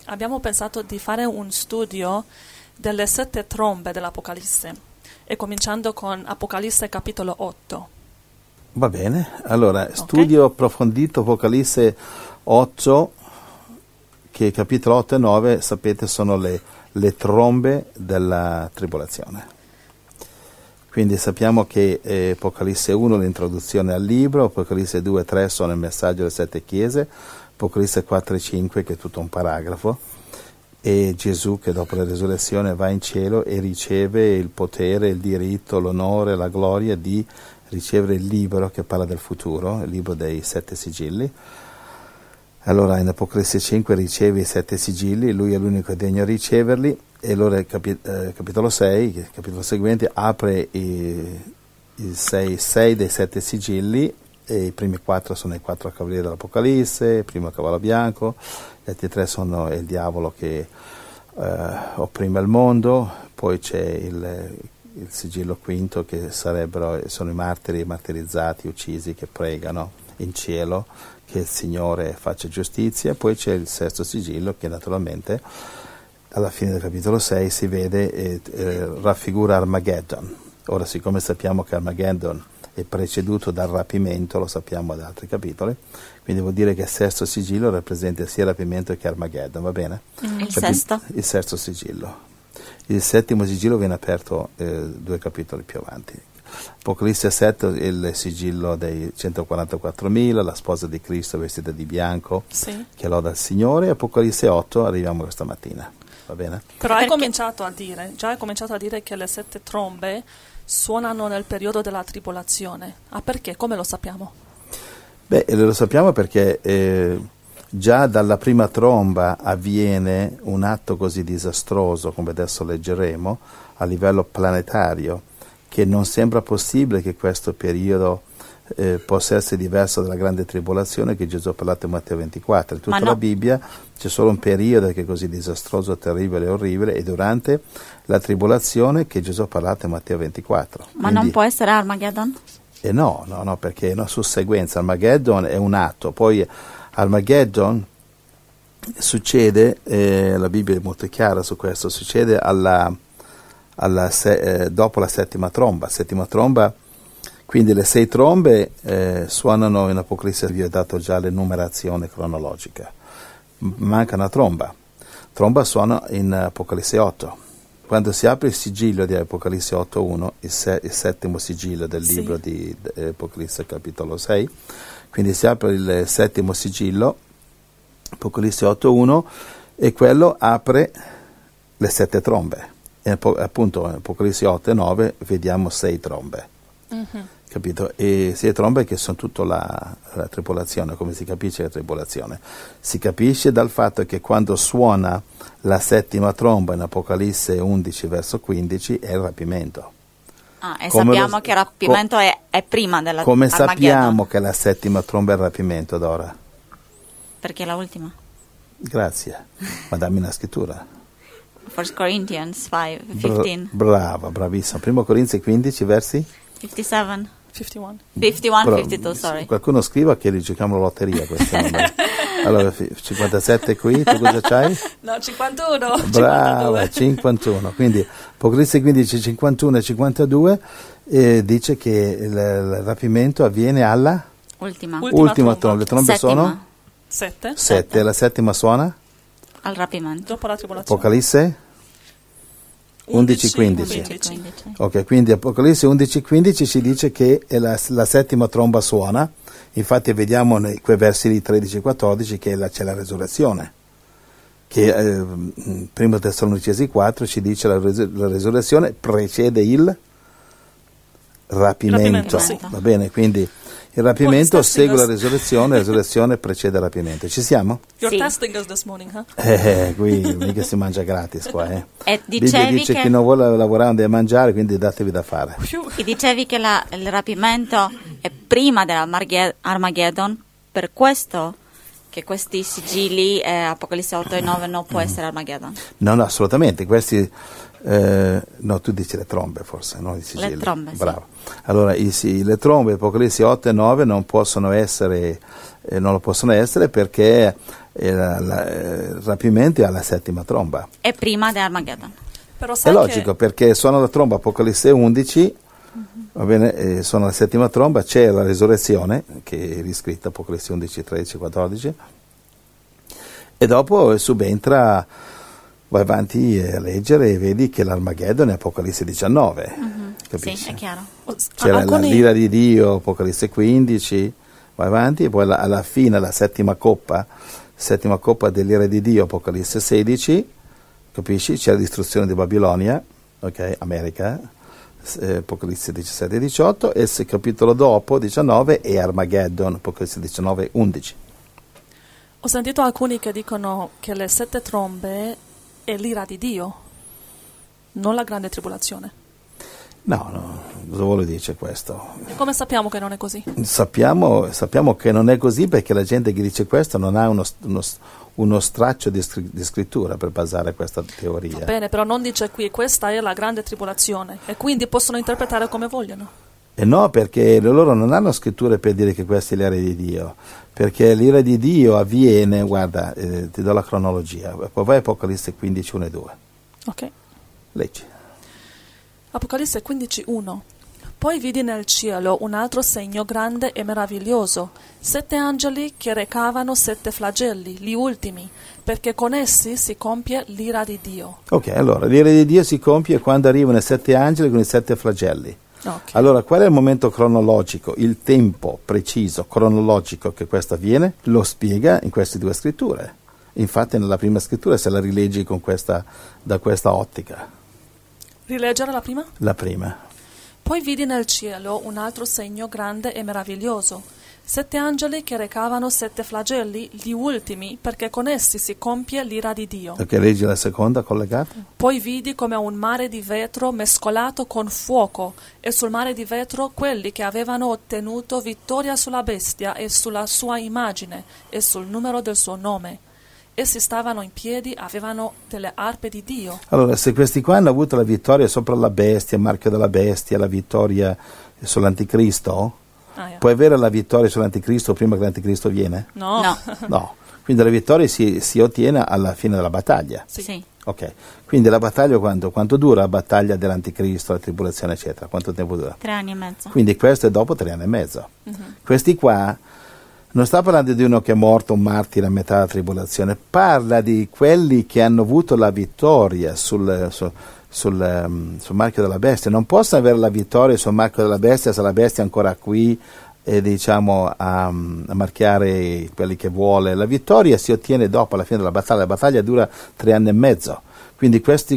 abbiamo pensato di fare un studio delle 7 trombe dell'Apocalisse, e cominciando con Apocalisse capitolo 8. Va bene, allora studio approfondito Apocalisse 8, che capitolo 8 e 9, sapete, sono le trombe della tribolazione. Quindi sappiamo che Apocalisse 1 l'introduzione al libro, Apocalisse 2 e 3 sono il messaggio delle 7 chiese, Apocalisse 4 e 5 che è tutto un paragrafo, e Gesù che dopo la resurrezione va in cielo e riceve il potere, il diritto, l'onore, la gloria di ricevere il libro che parla del futuro, il libro dei 7 sigilli. Allora in Apocalisse 5 riceve i 7 sigilli, lui è l'unico degno a riceverli, e allora capitolo 6, il capitolo seguente, apre i 6 dei 7 sigilli, e i primi 4 sono i 4 cavalieri dell'Apocalisse, il primo cavallo bianco, gli altri 3 sono il diavolo che opprime il mondo, poi c'è il sigillo quinto che sono i martiri martirizzati, uccisi, che pregano in cielo che il Signore faccia giustizia. Poi c'è il sesto sigillo che naturalmente alla fine del capitolo 6 si vede raffigura Armageddon. Ora, siccome sappiamo che Armageddon è preceduto dal rapimento, lo sappiamo da altri capitoli, quindi vuol dire che il sesto sigillo rappresenta sia rapimento che Armageddon, va bene? Il sesto? Il sesto sigillo. Il settimo sigillo viene aperto 2 capitoli più avanti. Apocalisse 7 il sigillo dei 144.000, la sposa di Cristo vestita di bianco, Sì. che loda il Signore. Apocalisse 8 arriviamo questa mattina, va bene? Però hai cominciato a dire che le 7 trombe suonano nel periodo della tribolazione. Perché? Come lo sappiamo? Beh, lo sappiamo perché già dalla prima tromba avviene un atto così disastroso, come adesso leggeremo, a livello planetario, che non sembra possibile che questo periodo possa essere diverso dalla grande tribolazione che Gesù ha parlato in Matteo 24. In tutta la Bibbia c'è solo un periodo che è così disastroso, terribile e orribile, e durante la tribolazione che Gesù ha parlato in Matteo 24. Ma quindi, non può essere Armageddon? No, perché è una susseguenza. Armageddon è un atto, poi Armageddon succede, la Bibbia è molto chiara su questo, succede dopo la settima tromba. Quindi le 6 trombe suonano in Apocalisse, vi ho dato già l'enumerazione cronologica. Manca una tromba. Tromba suona in Apocalisse 8. Quando si apre il sigillo di Apocalisse 8.1, il settimo sigillo del libro di Apocalisse capitolo 6, quindi si apre il settimo sigillo, Apocalisse 8.1, e quello apre le 7 trombe. E appunto in Apocalisse 8 e 9 vediamo 6 trombe. Mm-hmm. Capito? E 6 trombe che sono tutta la tribolazione. Come si capisce la tribolazione? Si capisce dal fatto che quando suona la settima tromba in Apocalisse 11 verso 15 è il rapimento. E sappiamo che il rapimento è prima della Come sappiamo che la settima tromba è il rapimento, Dora? Perché è la ultima. Grazie, ma dammi una scrittura. 1 Corinthians 5:15. Brava, bravissima. 1 Corinzi 15 versi? 57. 51. 52, sorry. Qualcuno scriva che rigiochiamo la lotteria questi numeri. Allora, 57 qui, tu cosa c'hai? No, 51. Brava, 51. Quindi Apocalisse 15, 51 e 52 dice che il rapimento avviene alla ultima tromba. Le trombe sono? 7. La settima suona? Al rapimento. Dopo la tribolazione. Apocalisse? 11-15. Ok, quindi Apocalisse 11-15 ci dice che la settima tromba suona. Infatti vediamo nei quei versi di 13-14 che c'è la resurrezione, che primo Tessalonicesi 4 ci dice la resurrezione precede il rapimento. Sì. Va bene, quindi il rapimento segue la resurrezione precede il rapimento. Ci siamo? You're testing us this morning, huh? Qui mica si mangia gratis qua, E Bibbia dice che chi non vuole lavorare non deve mangiare, quindi datevi da fare. E dicevi che il rapimento è prima dell'Armageddon, per questo che questi sigilli, Apocalisse 8 e 9, non può essere Armageddon. No, assolutamente, questi... no, tu dici le trombe forse, no? I sigilli. Le trombe, bravo. Sì. Allora, le trombe, Apocalisse 8 e 9 non lo possono essere perché il rapimento è alla settima tromba. È prima di Armageddon. Però È sai logico, perché suona la tromba Apocalisse 11, va bene, suona la settima tromba, c'è la risurrezione, che è riscritta Apocalisse 11, 13, 14, e dopo subentra, vai avanti a leggere e vedi che l'Armageddon è Apocalisse 19, capisci? Sì, è chiaro. C'è l'ira di Dio, Apocalisse 15, vai avanti, e poi alla fine la settima coppa dell'ira di Dio, Apocalisse 16, capisci? C'è la distruzione di Babilonia, ok, America, Apocalisse 17 e 18, e il capitolo dopo, 19, è Armageddon, Apocalisse 19, 11. Ho sentito alcuni che dicono che le 7 trombe è l'ira di Dio, non la grande tribolazione. No, cosa vuole dire questo? E come sappiamo che non è così? Sappiamo che non è così perché la gente che dice questo non ha uno straccio di scrittura per basare questa teoria. Va bene, però non dice qui questa è la grande tribolazione e quindi possono interpretare come vogliono. E no, perché loro non hanno scritture per dire che questa è l'ira di Dio, perché l'ira di Dio avviene, guarda, ti do la cronologia, poi vai Apocalisse 15, 1 e 2. Ok. Leggi. Apocalisse 15:1. Poi vidi nel cielo un altro segno grande e meraviglioso, 7 angeli che recavano 7 flagelli, gli ultimi, perché con essi si compie l'ira di Dio. Ok, allora, l'ira di Dio si compie quando arrivano i 7 angeli con i 7 flagelli. Okay. Allora, qual è il momento cronologico, il tempo preciso, cronologico che questo avviene? Lo spiega in queste 2 scritture. Infatti nella prima scrittura se la rileggi da questa ottica. Rileggere la prima? La prima. Poi vidi nel cielo un altro segno grande e meraviglioso, 7 angeli che recavano 7 flagelli, gli ultimi, perché con essi si compie l'ira di Dio. Ok, leggi la seconda collegata. Poi vidi come un mare di vetro mescolato con fuoco, e sul mare di vetro quelli che avevano ottenuto vittoria sulla bestia e sulla sua immagine e sul numero del suo nome. Essi stavano in piedi, avevano delle arpe di Dio. Allora, se questi qua hanno avuto la vittoria sopra la bestia, il marchio della bestia, la vittoria sull'anticristo, puoi avere la vittoria sull'anticristo prima che l'anticristo viene? No. No. Quindi la vittoria si ottiene alla fine della battaglia. Sì. Ok, quindi la battaglia quanto dura la battaglia dell'anticristo, la tribolazione eccetera? Quanto tempo dura? 3 anni e mezzo. Quindi questo è dopo 3 anni e mezzo. Questi qua non sta parlando di uno che è morto, un martire a metà della tribolazione, parla di quelli che hanno avuto la vittoria sul marchio della bestia. Non possono avere la vittoria sul marchio della bestia se la bestia è ancora qui e diciamo a marchiare quelli che vuole. La vittoria si ottiene dopo, alla fine della battaglia. La battaglia dura 3 anni e mezzo. Quindi queste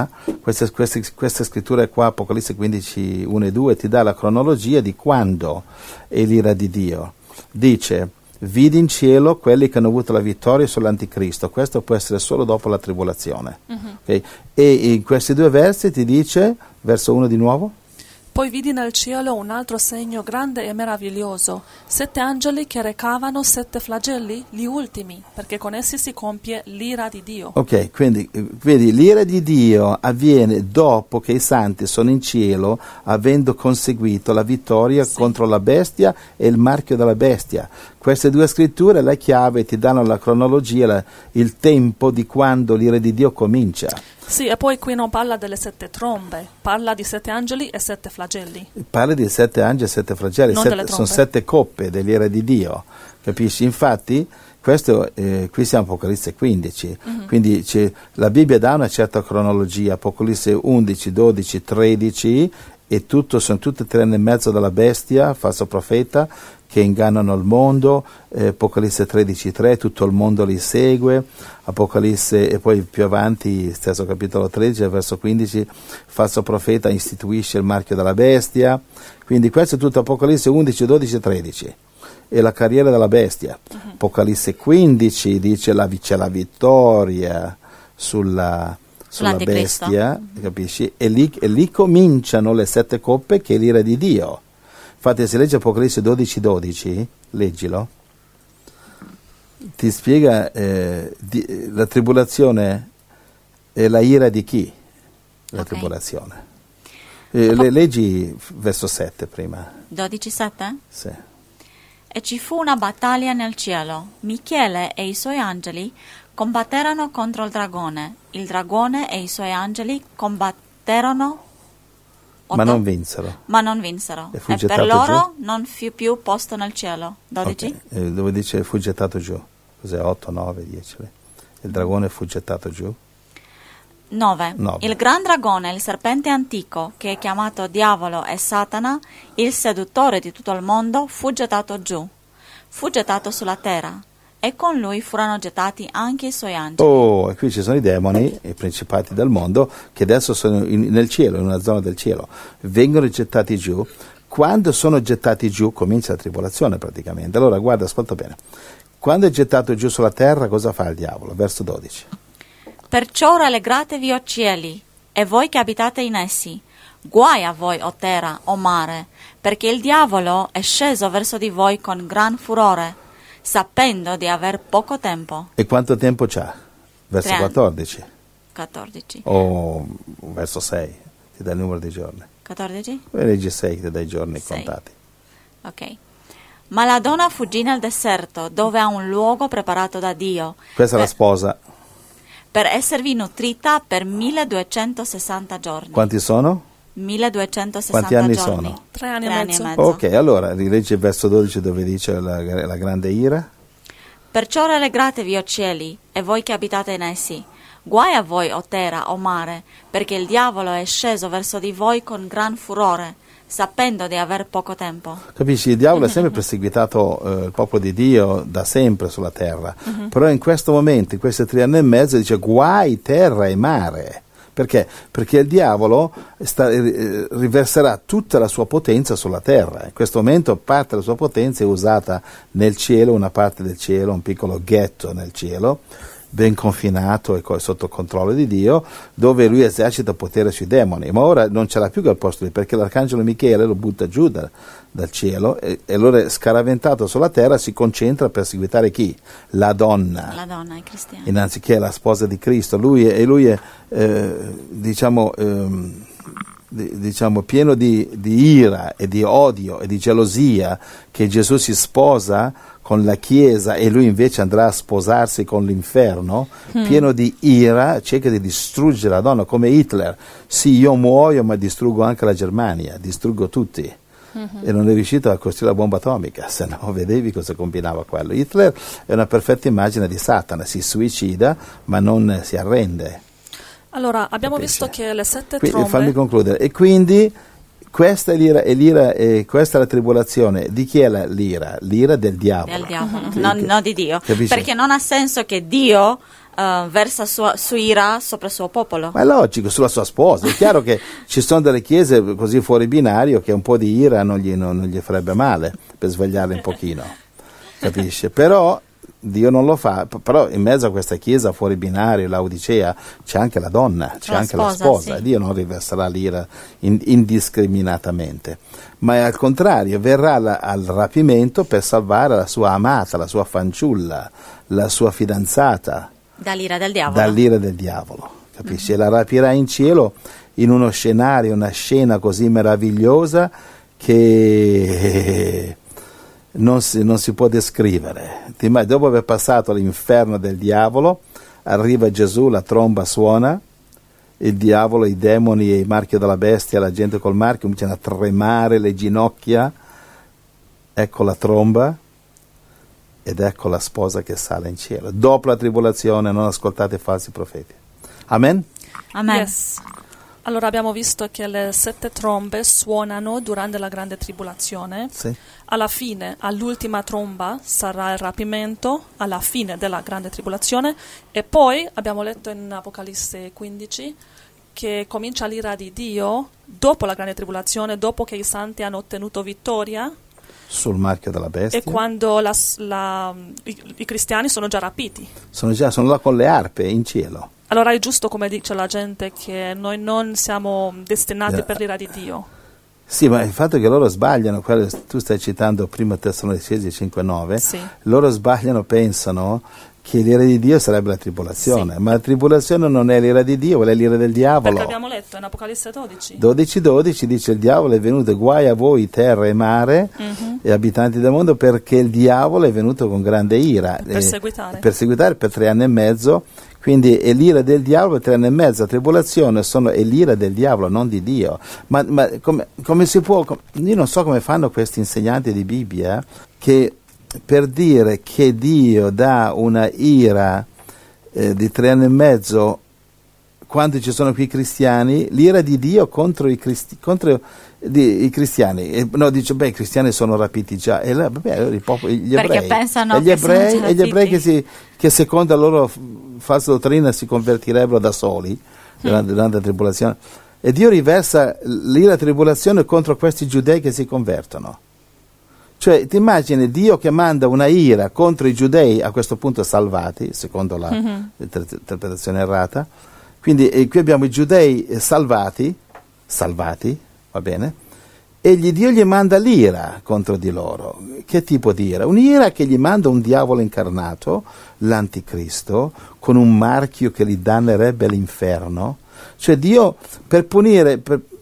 scritture qua, Apocalisse 15, 1 e 2, ti dà la cronologia di quando è l'ira di Dio. Dice, vidi in cielo quelli che hanno avuto la vittoria sull'anticristo. Questo può essere solo dopo la tribolazione. Okay? E in questi 2 versi ti dice, verso 1 di nuovo, Poi vidi nel cielo un altro segno grande e meraviglioso, 7 angeli che recavano 7 flagelli, gli ultimi, perché con essi si compie l'ira di Dio. Ok, quindi vedi, l'ira di Dio avviene dopo che i santi sono in cielo, avendo conseguito la vittoria contro la bestia e il marchio della bestia. Queste 2 scritture, la chiave, ti danno la cronologia, il tempo di quando l'ira di Dio comincia. Sì, e poi qui non parla delle 7 trombe, parla di 7 angeli e 7 flagelli. Parla di 7 angeli e 7 flagelli, sono 7 coppe dell'ira di Dio, capisci? Infatti, questo, qui siamo a Apocalisse 15, quindi la Bibbia dà una certa cronologia, Apocalisse 11, 12, 13, e sono tutte 3 anni e mezzo della bestia, falso profeta, che ingannano il mondo, Apocalisse 13:3, tutto il mondo li segue, Apocalisse, e poi più avanti, stesso capitolo 13, verso 15, falso profeta istituisce il marchio della bestia. Quindi questo è tutto Apocalisse 11, 12 e 13. E la carriera della bestia. Apocalisse 15 dice c'è la vittoria sulla bestia, capisci? E lì cominciano le 7 coppe che è l'ira di Dio. Infatti se leggi Apocalisse 12:12, leggilo, ti spiega la tribolazione e la ira di chi? La tribolazione. Leggi verso 7 prima. 12:7? Sì. e ci fu una battaglia nel cielo. Michele e i suoi angeli combatterono contro il dragone e i suoi angeli combatterono ma non vinsero. E per loro non fu più posto nel cielo. 12. Okay. Dove dice fu gettato giù? Cos'è? 8, 9, 10. Il dragone fu gettato giù? 9. Il gran dragone, il serpente antico, che è chiamato Diavolo e Satana, il seduttore di tutto il mondo, fu gettato giù. Fu gettato sulla terra. E con lui furono gettati anche i suoi angeli. Oh, e qui ci sono i demoni, i principati del mondo, che adesso sono nel cielo, in una zona del cielo. Vengono gettati giù. Quando sono gettati giù, comincia la tribolazione praticamente. Allora, guarda, ascolta bene. Quando è gettato giù sulla terra, cosa fa il diavolo? Verso 12. Perciò rallegratevi, o cieli, e voi che abitate in essi. Guai a voi, o terra, o mare, perché il diavolo è sceso verso di voi con gran furore, sapendo di aver poco tempo. E quanto tempo c'ha? Verso 14. 14. O verso 6, ti dà il numero dei giorni. 14? Leggi 6, ti dà i giorni 6. contati. Ok. Ma la donna fuggì nel deserto, dove ha un luogo preparato da Dio. Questa è la sposa. Per esservi nutrita per 1260 giorni. Quanti sono? 1260 Quanti anni giorni. sono? 3 anni e mezzo. Ok, allora rileggi il verso 12 dove dice la grande ira. Perciò rallegratevi, o cieli, e voi che abitate in essi. Guai a voi, o terra, o mare, perché il diavolo è sceso verso di voi con gran furore, sapendo di aver poco tempo. Capisci? Il diavolo ha sempre perseguitato il popolo di Dio da sempre sulla terra, però in questo momento, in questi 3 anni e mezzo, dice guai terra e mare. Perché? Perché il diavolo riverserà tutta la sua potenza sulla terra. In questo momento parte della sua potenza è usata nel cielo, una parte del cielo, un piccolo ghetto nel cielo, ben confinato e sotto controllo di Dio, dove lui esercita potere sui demoni. Ma ora non ce l'ha più quel posto lì, perché l'arcangelo Michele lo butta giù dal cielo e allora scaraventato sulla terra si concentra per seguitare chi? La donna. La donna è cristiana. Innanzitutto la sposa di Cristo. Lui è pieno di ira e di odio e di gelosia che Gesù si sposa con la Chiesa e lui invece andrà a sposarsi con l'inferno, pieno di ira, cerca di distruggere la donna come Hitler. Sì, io muoio ma distruggo anche la Germania, distruggo tutti. E non è riuscito a costruire la bomba atomica, se no vedevi cosa combinava quello. Hitler è una perfetta immagine di Satana, si suicida ma non si arrende. Allora, abbiamo visto che le 7 trombe... Fammi concludere. E quindi questa è l'ira e questa è la tribolazione. Di chi è l'ira? L'ira del diavolo. Del diavolo, no di Dio. Capisci? Perché non ha senso che Dio versa sua ira sopra il suo popolo. Ma è logico, sulla sua sposa. È chiaro che ci sono delle chiese così fuori binario che un po' di ira non gli farebbe male per svegliarle un pochino. Capisci? Però Dio non lo fa, però in mezzo a questa chiesa fuori binario, l'Odicea, c'è anche la donna, c'è anche la sposa. Sì. Dio non riverserà l'ira indiscriminatamente, ma al contrario verrà al rapimento per salvare la sua amata, la sua fanciulla, la sua fidanzata dall'ira del diavolo. Capisci? E la rapirà in cielo in uno scenario, una scena così meravigliosa che non si può descrivere. Dopo aver passato l'inferno del diavolo, arriva Gesù, la tromba suona, il diavolo, i demoni e il marchio della bestia, la gente col marchio cominciano a tremare le ginocchia, ecco la tromba ed ecco la sposa che sale in cielo. Dopo la tribolazione non ascoltate falsi profeti. Amen? Amen. Yes. Allora abbiamo visto che le 7 trombe suonano durante la grande tribolazione. Sì. Alla fine, all'ultima tromba, sarà il rapimento, alla fine della grande tribolazione. E poi abbiamo letto in Apocalisse 15 che comincia l'ira di Dio dopo la grande tribolazione, dopo che i santi hanno ottenuto vittoria. Sul marchio della bestia. E quando i cristiani sono già rapiti. Sono là con le arpe in cielo. Allora è giusto, come dice la gente, che noi non siamo destinati per l'ira di Dio. Sì, ma il fatto che loro sbagliano, tu stai citando 1 Tessalonicesi 5,9, sì. Loro sbagliano, pensano che l'ira di Dio sarebbe la tribolazione, ma la tribolazione non è l'ira di Dio, è l'ira del diavolo. Perché abbiamo letto in Apocalisse 12. 12:12 dice: il diavolo è venuto, guai a voi terra e mare e abitanti del mondo, perché il diavolo è venuto con grande ira. Perseguitare per 3 anni e mezzo, quindi è l'ira del diavolo per 3 anni e mezzo, la tribolazione è l'ira del diavolo, non di Dio. Ma come si può, io non so come fanno questi insegnanti di Bibbia, che per dire che Dio dà una ira di 3 anni e mezzo quando ci sono qui i cristiani, l'ira di Dio contro i cristiani. No, dice, i cristiani sono rapiti già. E gli ebrei. Pensano gli ebrei che secondo la loro falsa dottrina si convertirebbero da soli durante la tribolazione. E Dio riversa l'ira tribolazione contro questi giudei che si convertono. Cioè, ti immagini Dio che manda una ira contro i giudei, a questo punto salvati, secondo l'interpretazione errata. Quindi qui abbiamo i giudei salvati, va bene? E Dio gli manda l'ira contro di loro. Che tipo di ira? Un'ira che gli manda un diavolo incarnato, l'anticristo, con un marchio che li dannerebbe all'inferno. Cioè Dio, per punire,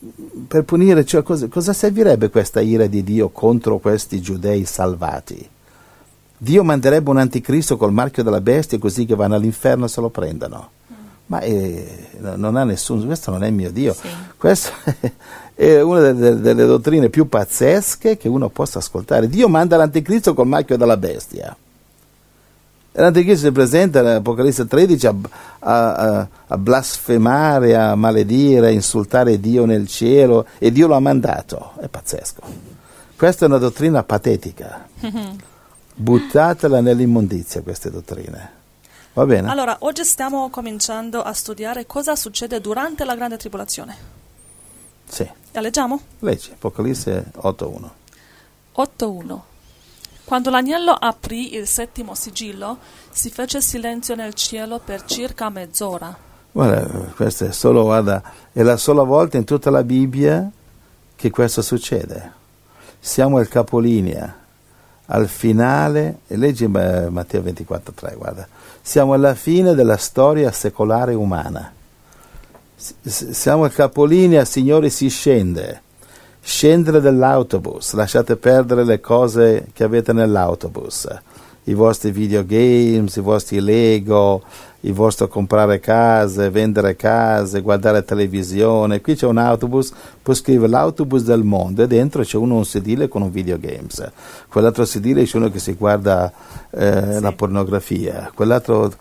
cioè cosa servirebbe questa ira di Dio contro questi giudei salvati? Dio manderebbe un anticristo col marchio della bestia così che vanno all'inferno e se lo prendano. Ma non ha nessuno, questo non è mio Dio. Sì. Questa è una delle dottrine più pazzesche che uno possa ascoltare. Dio manda l'anticristo col marchio della bestia. L'anticristo si presenta nell'Apocalisse 13 a blasfemare, a maledire, a insultare Dio nel cielo, e Dio lo ha mandato. È pazzesco. Questa è una dottrina patetica. Buttatela nell'immondizia, queste dottrine. Va bene? Allora, oggi stiamo cominciando a studiare cosa succede durante la grande tribolazione. Sì. La leggiamo? Leggi, Apocalisse 8:1. 8:1. Quando l'agnello aprì il 7° sigillo, si fece silenzio nel cielo per circa mezz'ora. Guarda, questa è la sola volta in tutta la Bibbia che questo succede. Siamo al capolinea, al finale, e leggi Matteo 24:3, guarda. Siamo alla fine della storia secolare umana. Siamo al capolinea, Signore, si scende. Scendere dall'autobus, lasciate perdere le cose che avete nell'autobus, i vostri videogames, i vostri Lego, il vostro comprare case, vendere case, guardare televisione. Qui c'è un autobus, puoi scrivere l'autobus del mondo, e dentro c'è un sedile con un videogames, quell'altro sedile c'è uno che si guarda la pornografia, quell'altro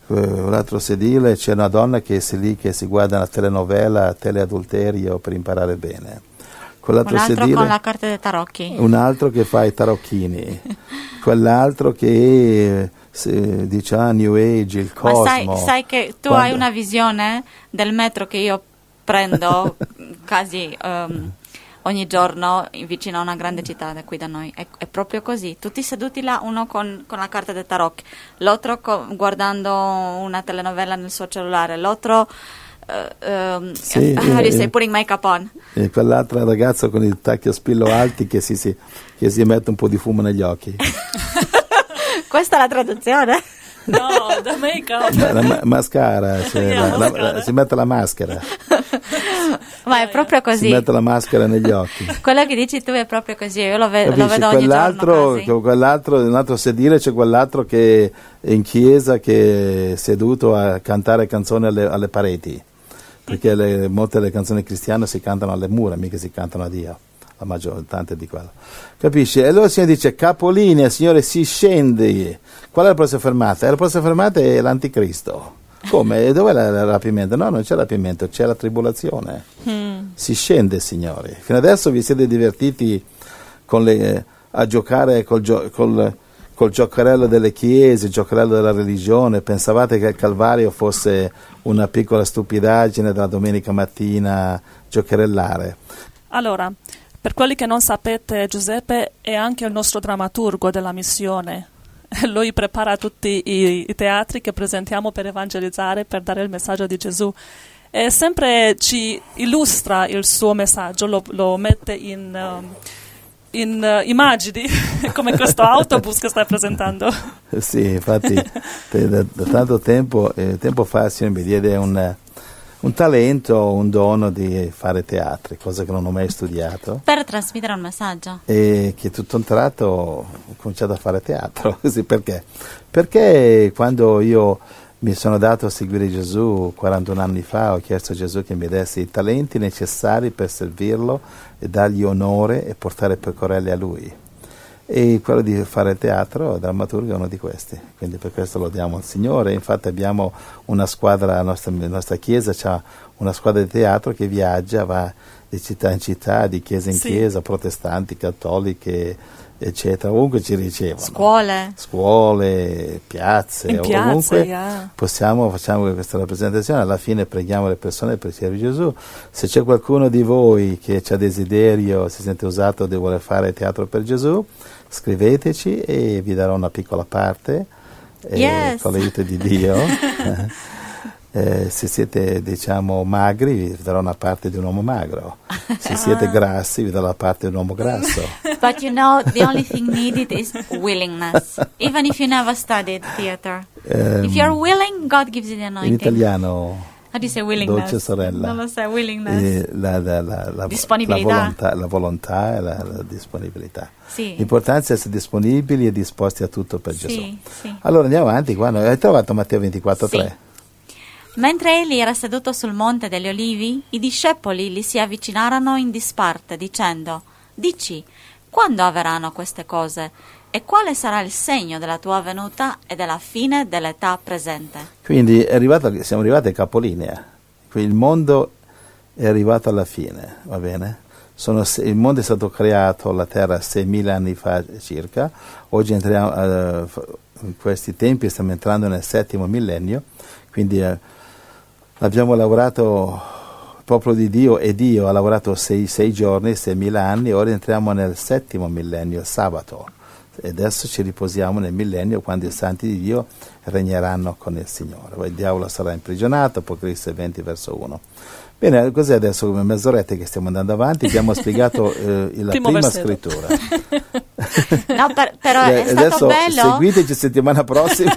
sedile c'è una donna che è lì che si guarda una telenovela, teleadulterio per imparare bene. Un altro sedile, con la carta dei tarocchi. Un altro che fa i tarocchini. Quell'altro che dice New Age, il cosmo. Ma sai che tu hai una visione del metro che io prendo quasi ogni giorno vicino a una grande città qui da noi. È proprio così. Tutti seduti là, uno con la carta dei tarocchi, l'altro guardando una telenovela nel suo cellulare, l'altro... how do you say, putting makeup on. E quell'altra ragazza con i tacchi a spillo alti che si mette un po' di fumo negli occhi. Questa è la traduzione? No, the make-up. La mascara, si mette la maschera. Ma è proprio così. Si mette la maschera negli occhi. Quello che dici tu è proprio così, io lo vedo ogni giorno. Quell'altro, un altro sedile, c'è quell'altro che è in chiesa, che è seduto a cantare canzoni alle pareti, perché molte delle canzoni cristiane si cantano alle mura, mica si cantano a Dio, la maggior tante di quello, capisci? E allora il Signore dice capolinea, Signore, si scende. Qual è la prossima fermata? La prossima fermata è l'anticristo. Come? Dov'è il rapimento? No, non c'è rapimento, c'è la tribolazione. Si scende, Signore. Fino adesso vi siete divertiti a giocare col giocarello delle chiese, il giocarello della religione. Pensavate che il Calvario fosse una piccola stupidaggine da domenica mattina giocherellare. Allora, per quelli che non sapete, Giuseppe è anche il nostro drammaturgo della missione. Lui prepara tutti i teatri che presentiamo per evangelizzare, per dare il messaggio di Gesù, e sempre ci illustra il suo messaggio, lo mette in immagini, come questo autobus che stai presentando. Sì, infatti da tanto tempo fa il Signore mi diede un talento, un dono di fare teatri, cosa che non ho mai studiato. Per trasmettere un messaggio. E che tutto un tratto ho cominciato a fare teatro. Sì, perché? Perché quando io mi sono dato a seguire Gesù 41 anni fa, ho chiesto a Gesù che mi desse i talenti necessari per servirlo e dargli onore e portare pecorelle a Lui. E quello di fare teatro, drammaturgo, è uno di questi. Quindi per questo lo diamo al Signore. Infatti abbiamo una squadra, la nostra chiesa ha una squadra di teatro che viaggia, va di città in città, di chiesa in chiesa, protestanti, cattoliche, eccetera, ovunque ci ricevono. Scuole, piazze, ovunque facciamo questa rappresentazione. Alla fine preghiamo le persone per servire Gesù. Se c'è qualcuno di voi che ha desiderio, si sente usato di voler fare teatro per Gesù, scriveteci e vi darò una piccola parte con l'aiuto di Dio. Se siete, diciamo, magri, vi darò una parte di un uomo magro. Se siete grassi, vi darò la parte di un uomo grasso. But you know, the only thing needed is willingness. Even if you never studied theater. If you're willing, God gives you the anointing. In italiano, how do you say willingness? Dolce sorella. Non lo sai, willingness. La disponibilità. La volontà e la disponibilità. Sì. L'importanza è essere disponibili e disposti a tutto per Gesù. Sì. Allora andiamo avanti qua. Hai trovato Matteo 24:3? Sì. Mentre egli era seduto sul monte degli Olivi, i discepoli gli si avvicinarono in disparte, dicendo: Dici, quando avverranno queste cose? E quale sarà il segno della tua venuta e della fine dell'età presente? Quindi siamo arrivati a capolinea. Il mondo è arrivato alla fine, va bene? Il mondo è stato creato, la terra, 6.000 anni fa circa. Oggi entriamo in questi tempi, stiamo entrando nel 7° millennio, quindi abbiamo lavorato, il popolo di Dio e Dio ha lavorato 6 giorni, 6.000 anni, ora entriamo nel 7° millennio, il sabato, e adesso ci riposiamo nel millennio quando i santi di Dio regneranno con il Signore. Poi il diavolo sarà imprigionato, Apocalisse 20 verso 1. Bene, così adesso come mezz'oretta che stiamo andando avanti abbiamo spiegato la prima scrittura. No, però è stato adesso bello. Seguiteci settimana prossima.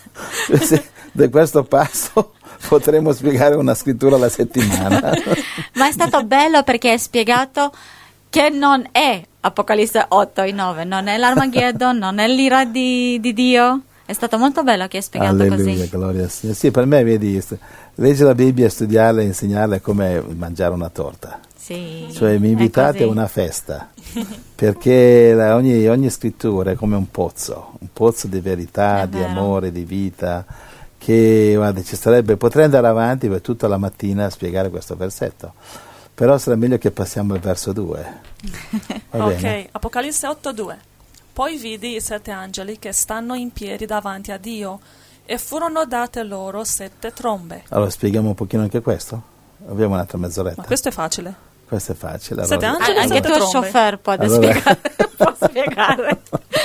Da questo passo potremo spiegare una scrittura alla settimana. Ma è stato bello perché è spiegato che non è Apocalisse 8 e 9, non è l'Armageddon, non è l'ira di Dio. È stato molto bello che è spiegato Alleluia, così. Gloria al Signore. Sì, per me, vedi, leggere la Bibbia, studiarla e insegnarla è come mangiare una torta. Sì, cioè mi invitate a una festa, perché ogni scrittura è come un pozzo di verità, di amore, di vita, che guarda, potrei andare avanti per tutta la mattina a spiegare questo versetto, però sarà meglio che passiamo al verso 2. Va bene? Apocalisse 8:2. Poi vidi i 7 angeli che stanno in piedi davanti a Dio e furono date loro 7 trombe. Allora spieghiamo un pochino anche questo? Abbiamo un'altra mezz'oretta. Ma questo è facile. Questo è facile. 7 allora. angeli, anche tu chauffeur può spiegare.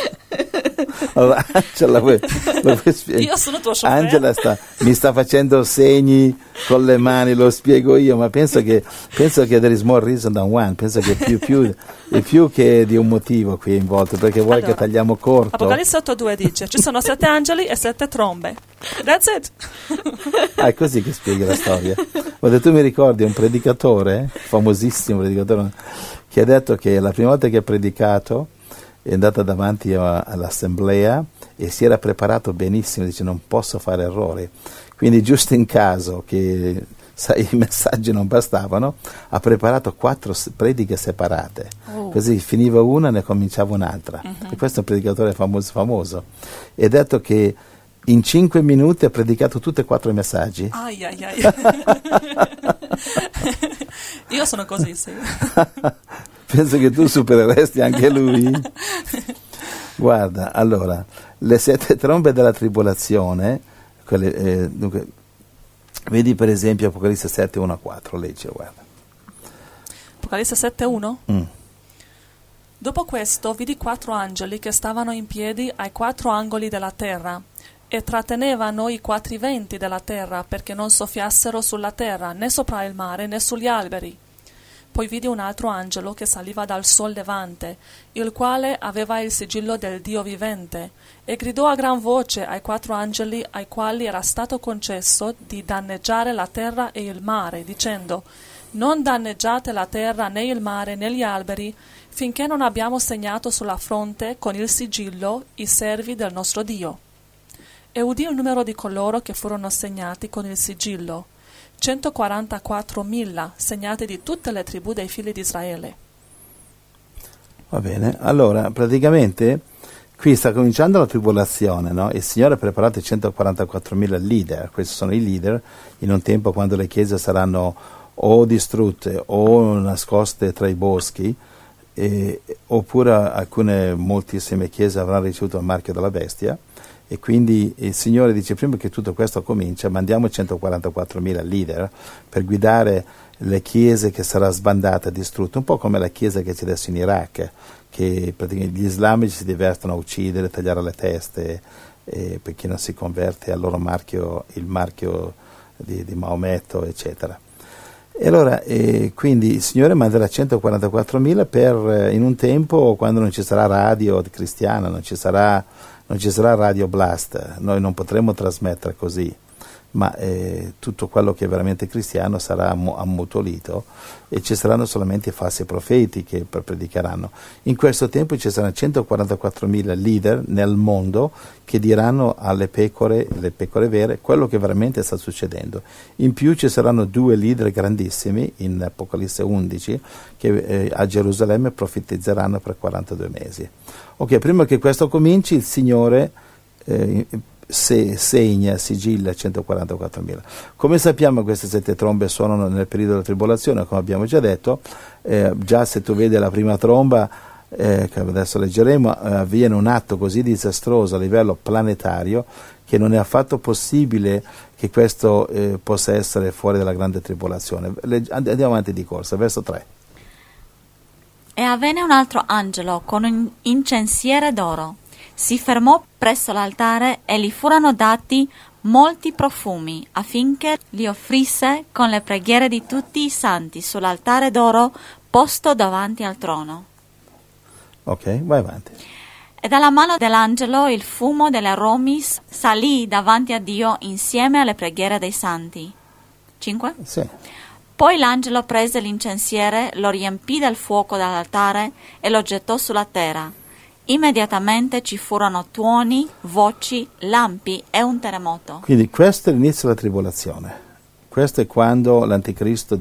Allora, Angela, lo puoi spiegare? Io sono tuo chauffeur. Angela mi sta facendo segni con le mani, lo spiego io, ma penso che there is more reason than one, penso che è più che di un motivo qui involto, perché vuoi che tagliamo corto. Apocalisse 8:2 dice: ci sono 7 angeli e 7 trombe. That's it. È così che spieghi la storia. Guarda, tu mi ricordi un predicatore, famosissimo predicatore, che ha detto che la prima volta che ha predicato è andata davanti all'assemblea e si era preparato benissimo, dice non posso fare errori, quindi giusto in caso che i messaggi non bastavano ha preparato 4 prediche separate, così finiva una e ne cominciava un'altra. E questo è un predicatore famoso e ha detto che in 5 minuti ha predicato tutti e 4 i messaggi. Io sono così, sì. Penso che tu supereresti anche lui. Guarda, allora, le 7 trombe della tribolazione, dunque, vedi per esempio Apocalisse 7, 1-4, leggi, guarda. Apocalisse 7, 1? Dopo questo vidi 4 angeli che stavano in piedi ai 4 angoli della terra e trattenevano i 4 venti della terra perché non soffiassero sulla terra, né sopra il mare, né sugli alberi. Poi vidi un altro angelo che saliva dal sol levante, il quale aveva il sigillo del Dio vivente, e gridò a gran voce ai 4 angeli ai quali era stato concesso di danneggiare la terra e il mare, dicendo: non danneggiate la terra, né il mare, né gli alberi, finché non abbiamo segnato sulla fronte con il sigillo i servi del nostro Dio. E udì il numero di coloro che furono segnati con il sigillo: 144.000, segnati di tutte le tribù dei figli di Israele. Va bene, allora praticamente qui sta cominciando la tribolazione, no? Il Signore ha preparato i 144.000 leader, questi sono i leader in un tempo quando le chiese saranno o distrutte o nascoste tra i boschi, oppure moltissime chiese avranno ricevuto il marchio della bestia. E quindi il Signore dice: prima che tutto questo comincia, mandiamo 144.000 leader per guidare le chiese che sarà sbandata e distrutta, un po' come la chiesa che c'è adesso in Iraq, che praticamente gli islamici si divertono a uccidere, tagliare le teste, per chi non si converte al loro marchio, il marchio di Maometto, eccetera. E allora, quindi il Signore manderà 144.000 per in un tempo quando non ci sarà radio cristiana, non ci sarà Radio Blast, noi non potremo trasmettere così, ma tutto quello che è veramente cristiano sarà ammutolito e ci saranno solamente i falsi profeti che predicheranno. In questo tempo ci saranno 144.000 leader nel mondo che diranno alle pecore, le pecore vere, quello che veramente sta succedendo. In più ci saranno 2 leader grandissimi in Apocalisse 11 che a Gerusalemme profetizzeranno per 42 mesi. Ok, prima che questo cominci il Signore segna, sigilla 144.000. Come sappiamo queste 7 trombe suonano nel periodo della tribolazione, come abbiamo già detto, già se tu vedi la prima tromba, che adesso leggeremo, avviene un atto così disastroso a livello planetario che non è affatto possibile che questo possa essere fuori dalla grande tribolazione. Andiamo avanti di corsa, verso 3. E avvenne un altro angelo con un incensiere d'oro. Si fermò presso l'altare e gli furono dati molti profumi affinché li offrisse con le preghiere di tutti i santi sull'altare d'oro posto davanti al trono. Ok, vai avanti. E dalla mano dell'angelo il fumo delle aromi salì davanti a Dio insieme alle preghiere dei santi. 5? Sì. Poi l'angelo prese l'incensiere, lo riempì del fuoco dall'altare e lo gettò sulla terra. Immediatamente ci furono tuoni, voci, lampi e un terremoto. Quindi questo è l'inizio della tribolazione. Questo è quando l'anticristo,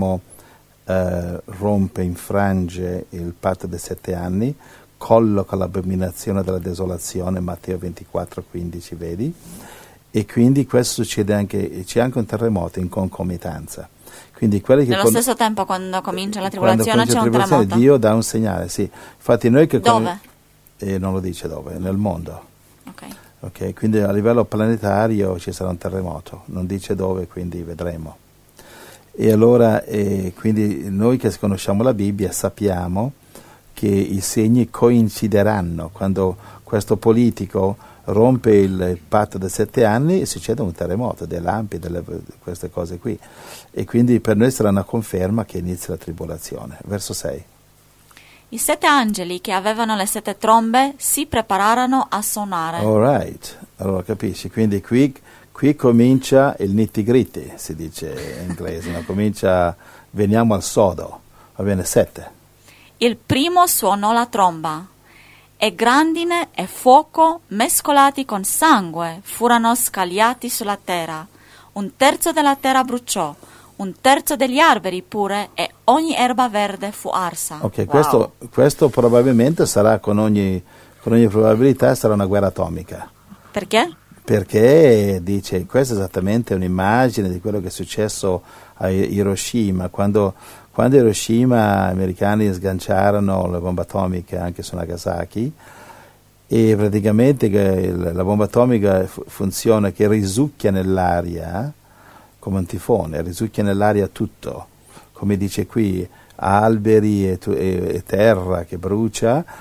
rompe, infrange il patto dei 7 anni, colloca l'abominazione della desolazione, Matteo 24:15, vedi? E quindi questo succede anche, c'è anche un terremoto in concomitanza. Quindi quelli che nello stesso tempo, quando comincia la tribolazione, c'è un terremoto. Dio dà un segnale, sì. Infatti noi che dove? Non lo dice dove, nel mondo. Ok. Quindi a livello planetario ci sarà un terremoto, non dice dove, quindi vedremo. E allora, quindi noi che conosciamo la Bibbia sappiamo che i segni coincideranno. Quando questo politico rompe il patto dei 7 anni, succede un terremoto, dei lampi, queste cose qui. E quindi per noi sarà una conferma che inizia la tribolazione. Verso 6. I 7 angeli che avevano le 7 trombe si prepararono a suonare. All right, allora capisci, quindi qui comincia il nitty-gritty, si dice in inglese, no? Comincia, veniamo al sodo, va bene, 7. Il primo suonò la tromba, e grandine e fuoco mescolati con sangue furono scagliati sulla terra. 1/3 della terra bruciò, 1/3 degli alberi pure, e ogni erba verde fu arsa. Ok, wow. questo probabilmente sarà, con ogni probabilità, sarà una guerra atomica. Perché? Perché dice, questa è esattamente un'immagine di quello che è successo a Hiroshima, quando a Hiroshima gli americani sganciarono le bombe atomiche anche su Nagasaki, e praticamente la bomba atomica funziona che risucchia nell'aria come un tifone, risucchia nell'aria tutto, come dice qui, alberi e terra che brucia,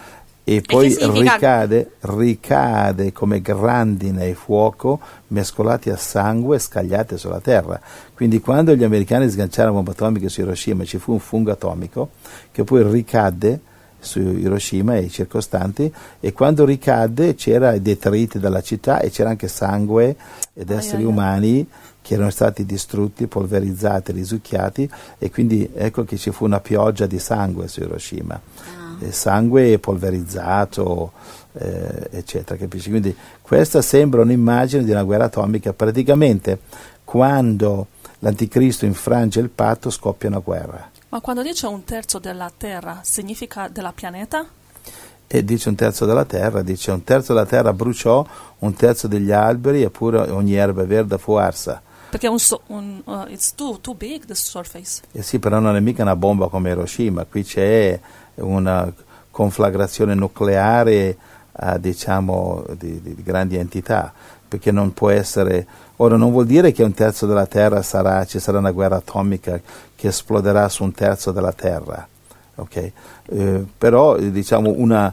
e poi ricade come grandine e fuoco mescolati a sangue scagliate sulla terra. Quindi quando gli americani sganciarono bombe atomiche su Hiroshima ci fu un fungo atomico che poi ricadde su Hiroshima e i circostanti, e quando ricadde c'era i detriti dalla città e c'era anche sangue ed esseri umani che erano stati distrutti, polverizzati, risucchiati, e quindi ecco che ci fu una pioggia di sangue su Hiroshima. Sangue polverizzato, eccetera, capisci? Quindi questa sembra un'immagine di una guerra atomica. Praticamente quando l'anticristo infrange il patto scoppia una guerra. Ma quando dice un terzo della terra significa della pianeta? E dice un terzo della terra, dice un terzo della terra bruciò, un terzo degli alberi, eppure ogni erba verde fu arsa. Perché it's too big, the surface. Sì, però non è mica una bomba come Hiroshima, qui c'è una conflagrazione nucleare diciamo di grandi entità, perché non può essere. Ora non vuol dire che un terzo della terra ci sarà una guerra atomica che esploderà su un terzo della terra, ok? Però diciamo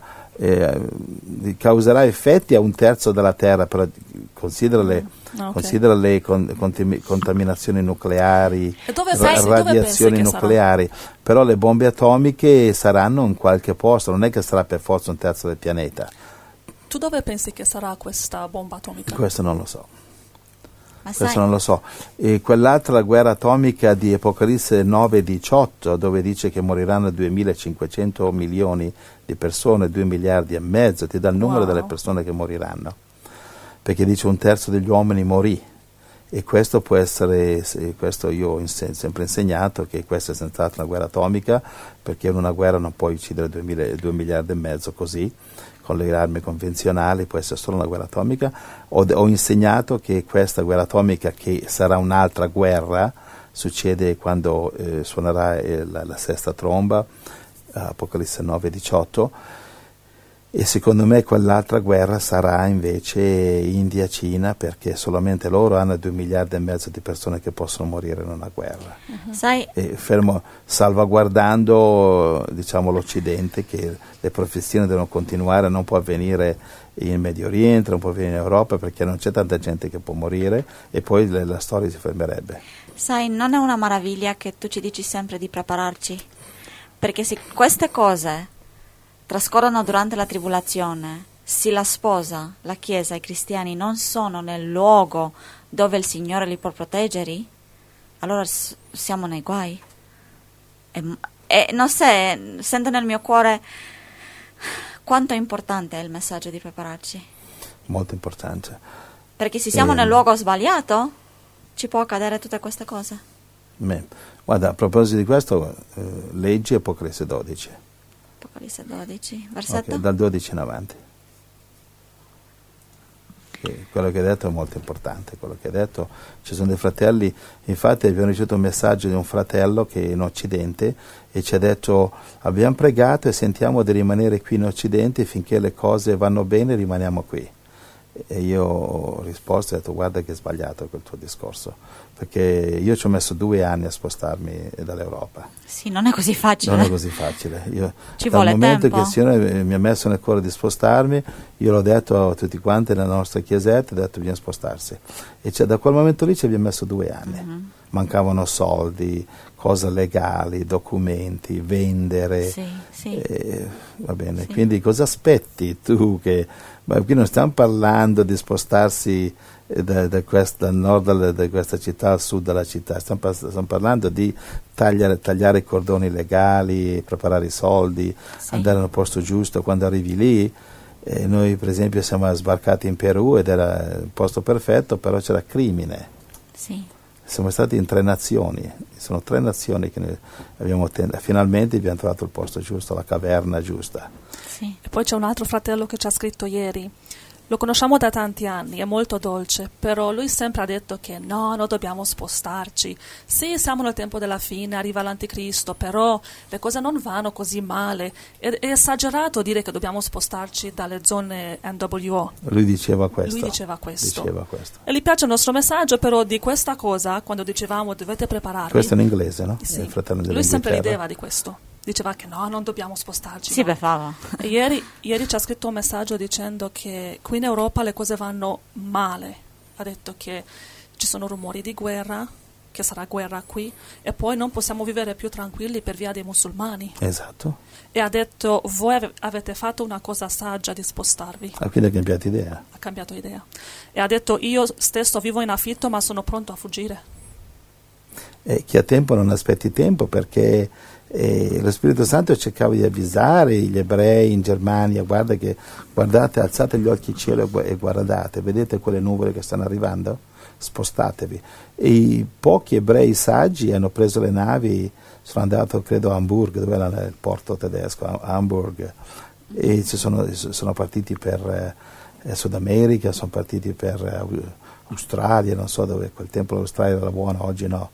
causerà effetti a un terzo della terra, però considera le contaminazioni nucleari, radiazioni nucleari, però le bombe atomiche saranno in qualche posto, non è che sarà per forza un terzo del pianeta. Tu dove pensi che sarà questa bomba atomica? Questo non lo so. Non lo so. E quell'altra guerra atomica di Apocalisse 9:18, dove dice che moriranno 2.500 milioni di persone, 2 miliardi e mezzo, ti dà il numero delle persone che moriranno, perché dice un terzo degli uomini morì, e questo può essere, questo io ho sempre insegnato che questa è senz'altro una guerra atomica, perché in una guerra non puoi uccidere 2 miliardi e mezzo così, con le armi convenzionali, può essere solo una guerra atomica. Ho insegnato che questa guerra atomica, che sarà un'altra guerra, succede quando suonerà la sesta tromba, Apocalisse 9:18, e secondo me quell'altra guerra sarà invece India-Cina, perché solamente loro hanno 2 miliardi e mezzo di persone che possono morire in una guerra. Salvaguardando diciamo l'Occidente, che le profezie devono continuare, non può avvenire in Medio Oriente, non può avvenire in Europa, perché non c'è tanta gente che può morire e poi la storia si fermerebbe. Sai, non è una meraviglia che tu ci dici sempre di prepararci? Perché se queste cose trascorrono durante la tribolazione, se la sposa, la Chiesa, i cristiani non sono nel luogo dove il Signore li può proteggere, allora siamo nei guai. E non sé, sento nel mio cuore quanto è importante il messaggio di prepararci. Molto importante. Perché se siamo nel luogo sbagliato, ci può accadere tutte queste cose. Guarda, a proposito di questo, leggi Apocalisse 12. Apocalisse 12, versetto? Okay, dal 12 in avanti. Quello che hai detto è molto importante, quello che hai detto. Ci sono dei fratelli, infatti abbiamo ricevuto un messaggio di un fratello che è in Occidente e ci ha detto: abbiamo pregato e sentiamo di rimanere qui in Occidente finché le cose vanno bene, rimaniamo qui. E io ho risposto e ho detto: guarda che è sbagliato quel tuo discorso, perché io ci ho messo 2 anni a spostarmi dall'Europa. Sì, non è così facile. Non è così facile. Ci vuole tempo. Dal momento che il Signore mi ha messo nel cuore di spostarmi, io l'ho detto a tutti quanti nella nostra chiesetta, ho detto: bisogna spostarsi. E da quel momento lì ci abbiamo messo 2 anni. Mancavano soldi, cose legali, documenti, vendere. Sì. Va bene, sì. Quindi cosa aspetti tu che... Ma qui non stiamo parlando di spostarsi dal nord di questa città al sud della città, stiamo parlando di tagliare i cordoni legali, preparare i soldi, andare nel posto giusto. Quando arrivi lì, noi per esempio siamo sbarcati in Perù ed era il posto perfetto, però c'era crimine. Sì. Siamo stati in 3 nazioni, sono 3 nazioni che finalmente abbiamo trovato il posto giusto, la caverna giusta. Sì. E poi c'è un altro fratello che ci ha scritto ieri. Lo conosciamo da tanti anni, è molto dolce, però lui sempre ha detto che no, dobbiamo spostarci. Sì, siamo nel tempo della fine, arriva l'anticristo, però le cose non vanno così male. È esagerato dire che dobbiamo spostarci dalle zone NWO. Lui diceva questo. E gli piace il nostro messaggio, però di questa cosa, quando dicevamo dovete prepararvi. Questo in inglese, no? Sì. Lui sempre rideva di questo. diceva che no, non dobbiamo spostarci. Si no. beffava. E ieri ci ha scritto un messaggio dicendo che qui in Europa le cose vanno male. Ha detto che ci sono rumori di guerra, che sarà guerra qui, e poi non possiamo vivere più tranquilli per via dei musulmani. Esatto. E ha detto, voi avete fatto una cosa saggia di spostarvi. Quindi ha cambiato idea. Ha cambiato idea. E ha detto, io stesso vivo in affitto, ma sono pronto a fuggire. E chi ha tempo non aspetti tempo, perché lo Spirito Santo cercava di avvisare gli ebrei in Germania, guardate, alzate gli occhi al cielo e guardate, vedete quelle nuvole che stanno arrivando? Spostatevi. E i pochi ebrei saggi hanno preso le navi, sono andato credo a Hamburg, dove era il porto tedesco, a Hamburg, e sono partiti per Sud America, sono partiti per Australia, non so dove, quel tempo l'Australia era buona, oggi no.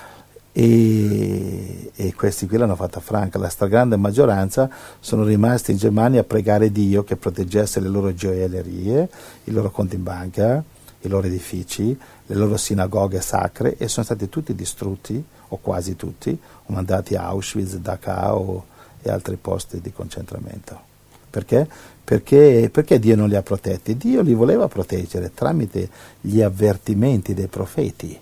E questi qui l'hanno fatta franca. La stragrande maggioranza sono rimasti in Germania a pregare Dio che proteggesse le loro gioiellerie, i loro conti in banca, i loro edifici, le loro sinagoghe sacre, e sono stati tutti distrutti, o quasi tutti, o mandati a Auschwitz, Dachau e altri posti di concentramento. Perché? Perché Dio non li ha protetti? Dio li voleva proteggere tramite gli avvertimenti dei profeti.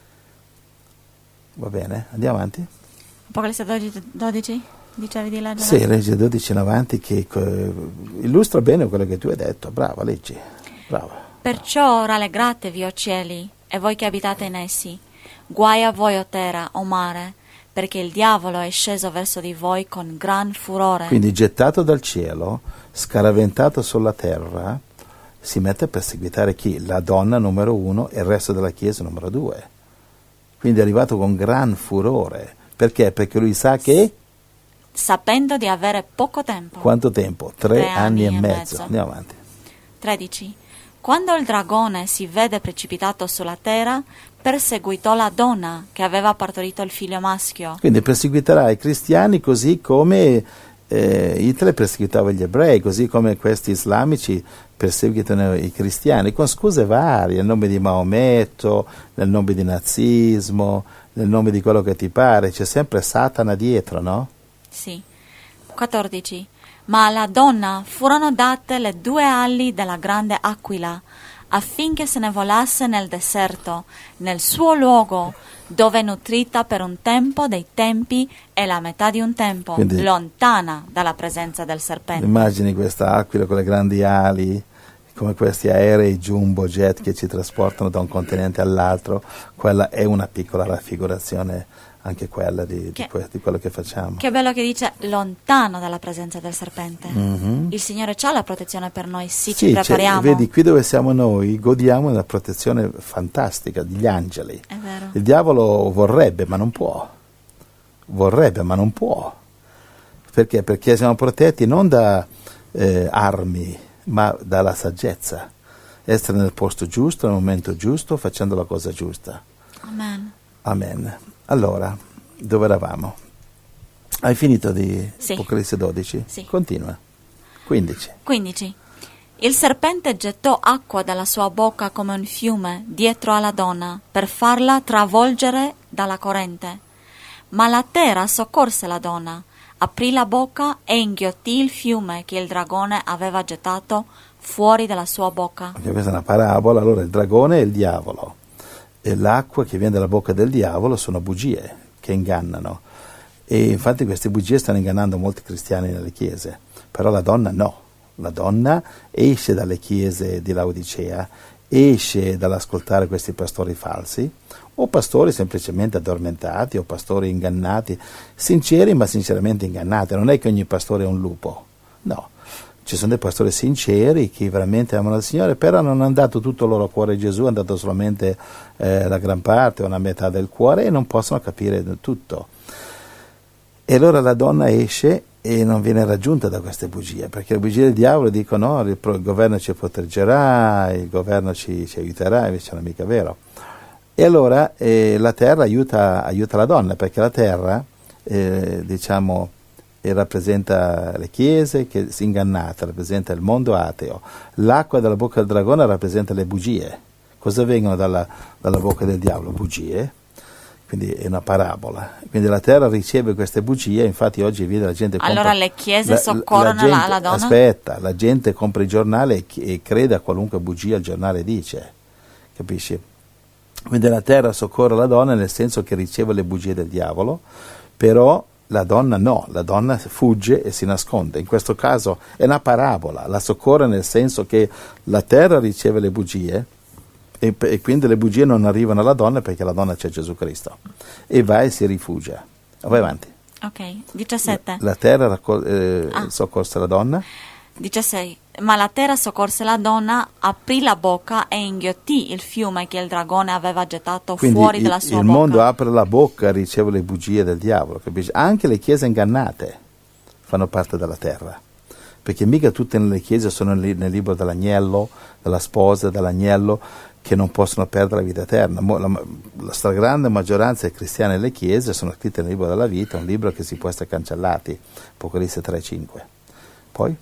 Va bene, andiamo avanti? Apocalisse 12? Dicevi di leggere? Sì, legge 12 in avanti, che illustra bene quello che tu hai detto. Brava, leggi, brava. Perciò rallegratevi, o cieli, e voi che abitate in essi. Guai a voi, o terra, o mare, perché il diavolo è sceso verso di voi con gran furore. Quindi gettato dal cielo, scaraventato sulla terra, si mette a perseguitare chi? La donna numero 1 e il resto della chiesa numero 2. Quindi è arrivato con gran furore. Perché? Perché lui sa che... Sapendo di avere poco tempo. Quanto tempo? 3 anni e mezzo. Andiamo avanti. 13. Quando il dragone si vede precipitato sulla terra, perseguitò la donna che aveva partorito il figlio maschio. Quindi perseguiterà i cristiani così come Hitler perseguitava gli ebrei, così come questi islamici perseguitano i cristiani, con scuse varie, nel nome di Maometto, nel nome di nazismo, nel nome di quello che ti pare. C'è sempre Satana dietro, no? Sì. 14. Ma alla donna furono date le 2 ali della grande aquila, affinché se ne volasse nel deserto, nel suo luogo, dove nutrita per un tempo dei tempi e la metà di un tempo, quindi, lontana dalla presenza del serpente. Immagini questa aquila con le grandi ali, come questi aerei jumbo jet che ci trasportano da un continente all'altro. Quella è una piccola raffigurazione anche quella di quello che facciamo. Che bello che dice lontano dalla presenza del serpente. Mm-hmm. Il Signore c'ha la protezione per noi, sì, ci prepariamo. Vedi, qui dove siamo noi godiamo della protezione fantastica degli angeli. È vero. Il diavolo vorrebbe ma non può. Perché? Perché siamo protetti non da armi, ma dalla saggezza. Essere nel posto giusto, nel momento giusto, facendo la cosa giusta. Amen. Allora, dove eravamo? Hai finito di Apocalisse 12? Sì. Continua. 15. Il serpente gettò acqua dalla sua bocca come un fiume dietro alla donna per farla travolgere dalla corrente. Ma la terra soccorse la donna, aprì la bocca e inghiottì il fiume che il dragone aveva gettato fuori dalla sua bocca. Questa è una parabola. Allora il dragone è il diavolo. E l'acqua che viene dalla bocca del diavolo sono bugie che ingannano, e infatti queste bugie stanno ingannando molti cristiani nelle chiese. Però la donna no, la donna esce dalle chiese di Laodicea, esce dall'ascoltare questi pastori falsi, o pastori semplicemente addormentati, o pastori ingannati, sinceri ma sinceramente ingannati. Non è che ogni pastore è un lupo, no. Ci sono dei pastori sinceri che veramente amano il Signore, però non hanno dato tutto il loro cuore a Gesù, hanno dato solamente la gran parte, una metà del cuore, e non possono capire tutto. E allora la donna esce e non viene raggiunta da queste bugie, perché le bugie del diavolo dicono no, il governo ci proteggerà, il governo ci aiuterà, invece non è mica vero. E allora la terra aiuta la donna, perché la terra, e rappresenta le chiese che si ingannate, rappresenta il mondo ateo. L'acqua dalla bocca del dragone rappresenta le bugie. Cosa vengono dalla bocca del diavolo? Bugie. quindi è una parabola. Quindi la terra riceve queste bugie, infatti oggi vede la gente allora le chiese soccorrono la donna? Aspetta, la gente compra il giornale e crede a qualunque bugia il giornale dice, capisci? Quindi la terra soccorre la donna nel senso che riceve le bugie del diavolo, però la donna no, la donna fugge e si nasconde. In questo caso è una parabola, la soccorre nel senso che la terra riceve le bugie e quindi le bugie non arrivano alla donna perché la donna c'è Gesù Cristo e va e si rifugia. Vai avanti. Ok, 17. La terra soccorse la donna. 16. Ma la terra soccorse la donna, aprì la bocca e inghiottì il fiume che il dragone aveva gettato fuori dalla sua bocca. Il mondo apre la bocca e riceve le bugie del diavolo, capisci? Anche le chiese ingannate fanno parte della terra, perché mica tutte le chiese sono nel libro dell'agnello, della sposa, dell'agnello, che non possono perdere la vita eterna. La stragrande maggioranza dei cristiani nelle chiese sono scritte nel libro della vita, un libro che si può essere cancellati, Apocalisse 3,5. Poi?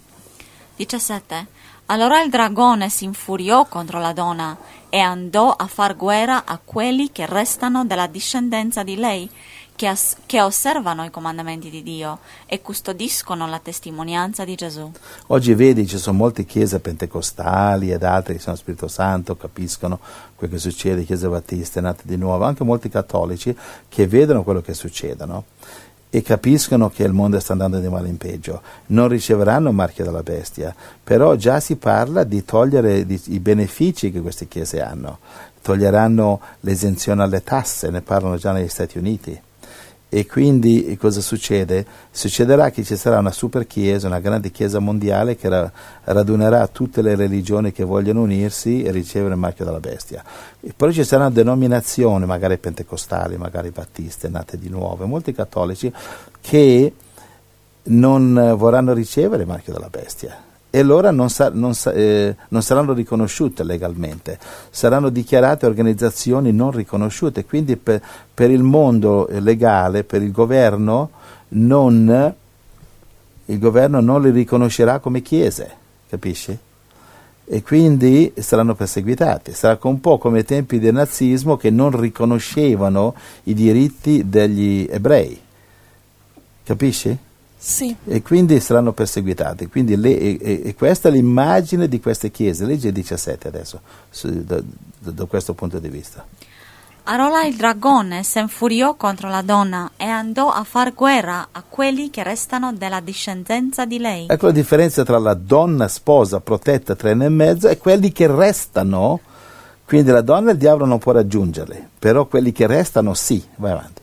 17. Allora il dragone si infuriò contro la donna e andò a far guerra a quelli che restano della discendenza di lei, che osservano i comandamenti di Dio e custodiscono la testimonianza di Gesù. Oggi vedi, ci sono molte chiese pentecostali ed altre che sono Spirito Santo, capiscono quello che succede, chiese battiste nate di nuovo, anche molti cattolici che vedono quello che succede, no? E capiscono che il mondo sta andando di male in peggio, non riceveranno marchio della bestia, però già si parla di togliere i benefici che queste chiese hanno, toglieranno l'esenzione alle tasse, ne parlano già negli Stati Uniti. E quindi cosa succede? Succederà che ci sarà una super chiesa, una grande chiesa mondiale che radunerà tutte le religioni che vogliono unirsi e ricevere il marchio della bestia. E poi ci saranno denominazioni, magari pentecostali, magari battiste, nate di nuovo, molti cattolici che non vorranno ricevere il marchio della bestia. E allora non saranno riconosciute legalmente, saranno dichiarate organizzazioni non riconosciute, quindi per il mondo legale, per il governo non li riconoscerà come chiese, capisci? E quindi saranno perseguitati, sarà un po' come ai tempi del nazismo che non riconoscevano i diritti degli ebrei, capisci? Sì. E quindi saranno perseguitati. Quindi e questa è l'immagine di queste chiese. Legge 17 adesso, da questo punto di vista. Allora il dragone si infuriò contro la donna e andò a far guerra a quelli che restano della discendenza di lei. Ecco la differenza tra la donna sposa protetta 3 anni e mezzo e quelli che restano. Quindi la donna il diavolo non può raggiungerli, però quelli che restano sì. Vai avanti.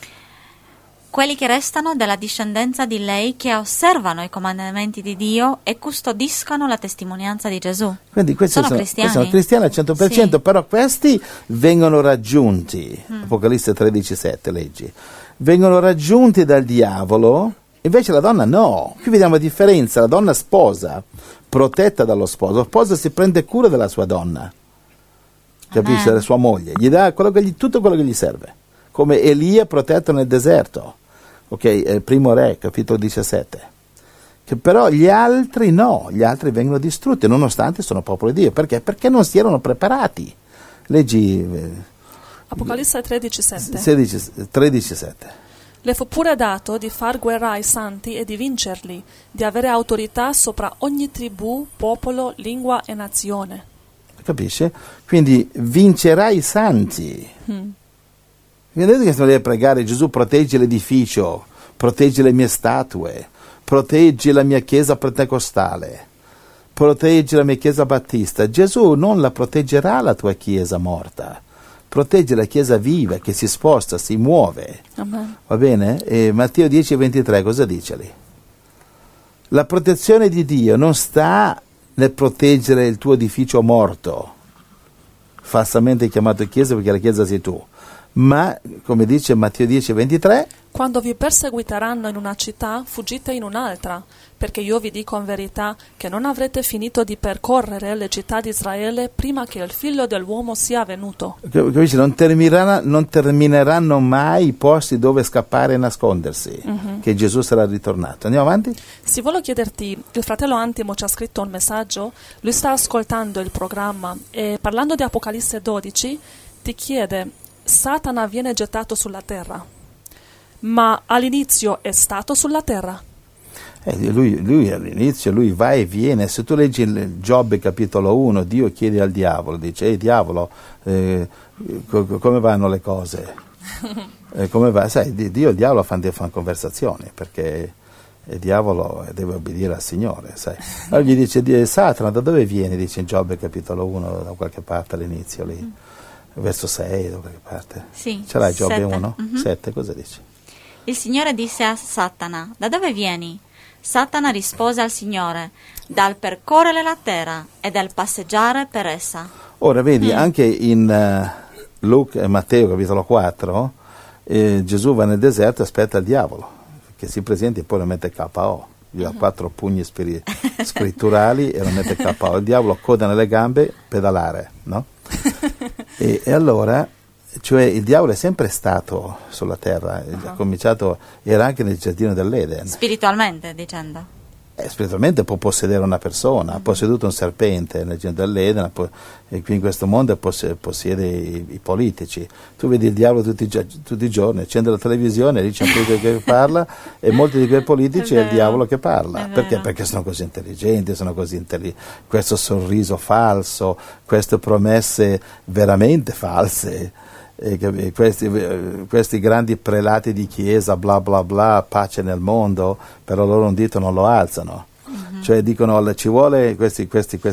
Quelli che restano della discendenza di lei, che osservano i comandamenti di Dio e custodiscono la testimonianza di Gesù. Quindi questi sono cristiani. Sono cristiani al 100%, sì. Però questi vengono raggiunti, Apocalisse 13,7 leggi, vengono raggiunti dal diavolo, invece la donna no. Qui vediamo la differenza, la donna sposa, protetta dallo sposo, lo sposo si prende cura della sua donna, capisce, della sua moglie, gli dà tutto quello che gli serve, come Elia protetto nel deserto. Ok, primo Re, capitolo 17. Che però gli altri no, gli altri vengono distrutti, nonostante sono popolo di Dio. Perché? Perché non si erano preparati. Leggi Apocalisse 13,7. 13,7. Le fu pure dato di far guerra ai santi e di vincerli, di avere autorità sopra ogni tribù, popolo, lingua e nazione. Capisce? Quindi vincerà i santi. Vedete che stiamo lì a pregare: Gesù, proteggi l'edificio, proteggi le mie statue, proteggi la mia chiesa pentecostale, proteggi la mia chiesa battista. Gesù non la proteggerà la tua chiesa morta, protegge la chiesa viva che si sposta, si muove. Amen. Va bene? E Matteo 10,23 cosa dice lì? La protezione di Dio non sta nel proteggere il tuo edificio morto, falsamente chiamato chiesa perché la chiesa sei tu. Ma, come dice Matteo 10,23, quando vi perseguiteranno in una città, fuggite in un'altra, perché io vi dico in verità che non avrete finito di percorrere le città di Israele prima che il figlio dell'uomo sia venuto. Capisci? Non termineranno mai i posti dove scappare e nascondersi, che Gesù sarà ritornato. Andiamo avanti? Sì, volevo chiederti, il fratello Antimo ci ha scritto un messaggio, lui sta ascoltando il programma e parlando di Apocalisse 12 ti chiede: Satana viene gettato sulla terra, ma all'inizio è stato sulla terra. Lui all'inizio, lui va e viene. Se tu leggi il Giobbe capitolo 1, Dio chiede al diavolo, dice: diavolo, come vanno le cose? Come va? Sai, Dio e il diavolo fanno conversazioni, perché il diavolo deve obbedire al Signore, sai. Allora gli dice: Satana, da dove vieni? Dice in Giobbe capitolo 1, da qualche parte all'inizio lì, verso 6, da qualche parte. Sì, ce l'hai Giobbe 7. 1? 7, cosa dice? Il Signore disse a Satana: da dove vieni? Satana rispose al Signore: dal percorrere la terra e dal passeggiare per essa. Ora vedi, anche in Luca e Matteo capitolo 4, Gesù va nel deserto e aspetta il diavolo, che si presenta e poi lo mette KO. Gli dà 4 pugni scritturali e lo mette KO. Il diavolo coda nelle gambe, pedalare, no? E allora, cioè, il diavolo è sempre stato sulla terra, ha cominciato, era anche nel giardino dell'Eden. Spiritualmente, dicendo. Spiritualmente può possedere una persona, ha posseduto un serpente nel giardino dell'Eden, e qui in questo mondo possiede i politici. Tu vedi il diavolo tutti i giorni, accende la televisione, lì c'è un politico che parla, e molti di quei politici è il diavolo che parla. Perché? Perché sono così intelligenti, questo sorriso falso, queste promesse veramente false. Questi grandi prelati di chiesa, bla bla bla, pace nel mondo, però loro un dito non lo alzano. Cioè dicono: ci vuole, questi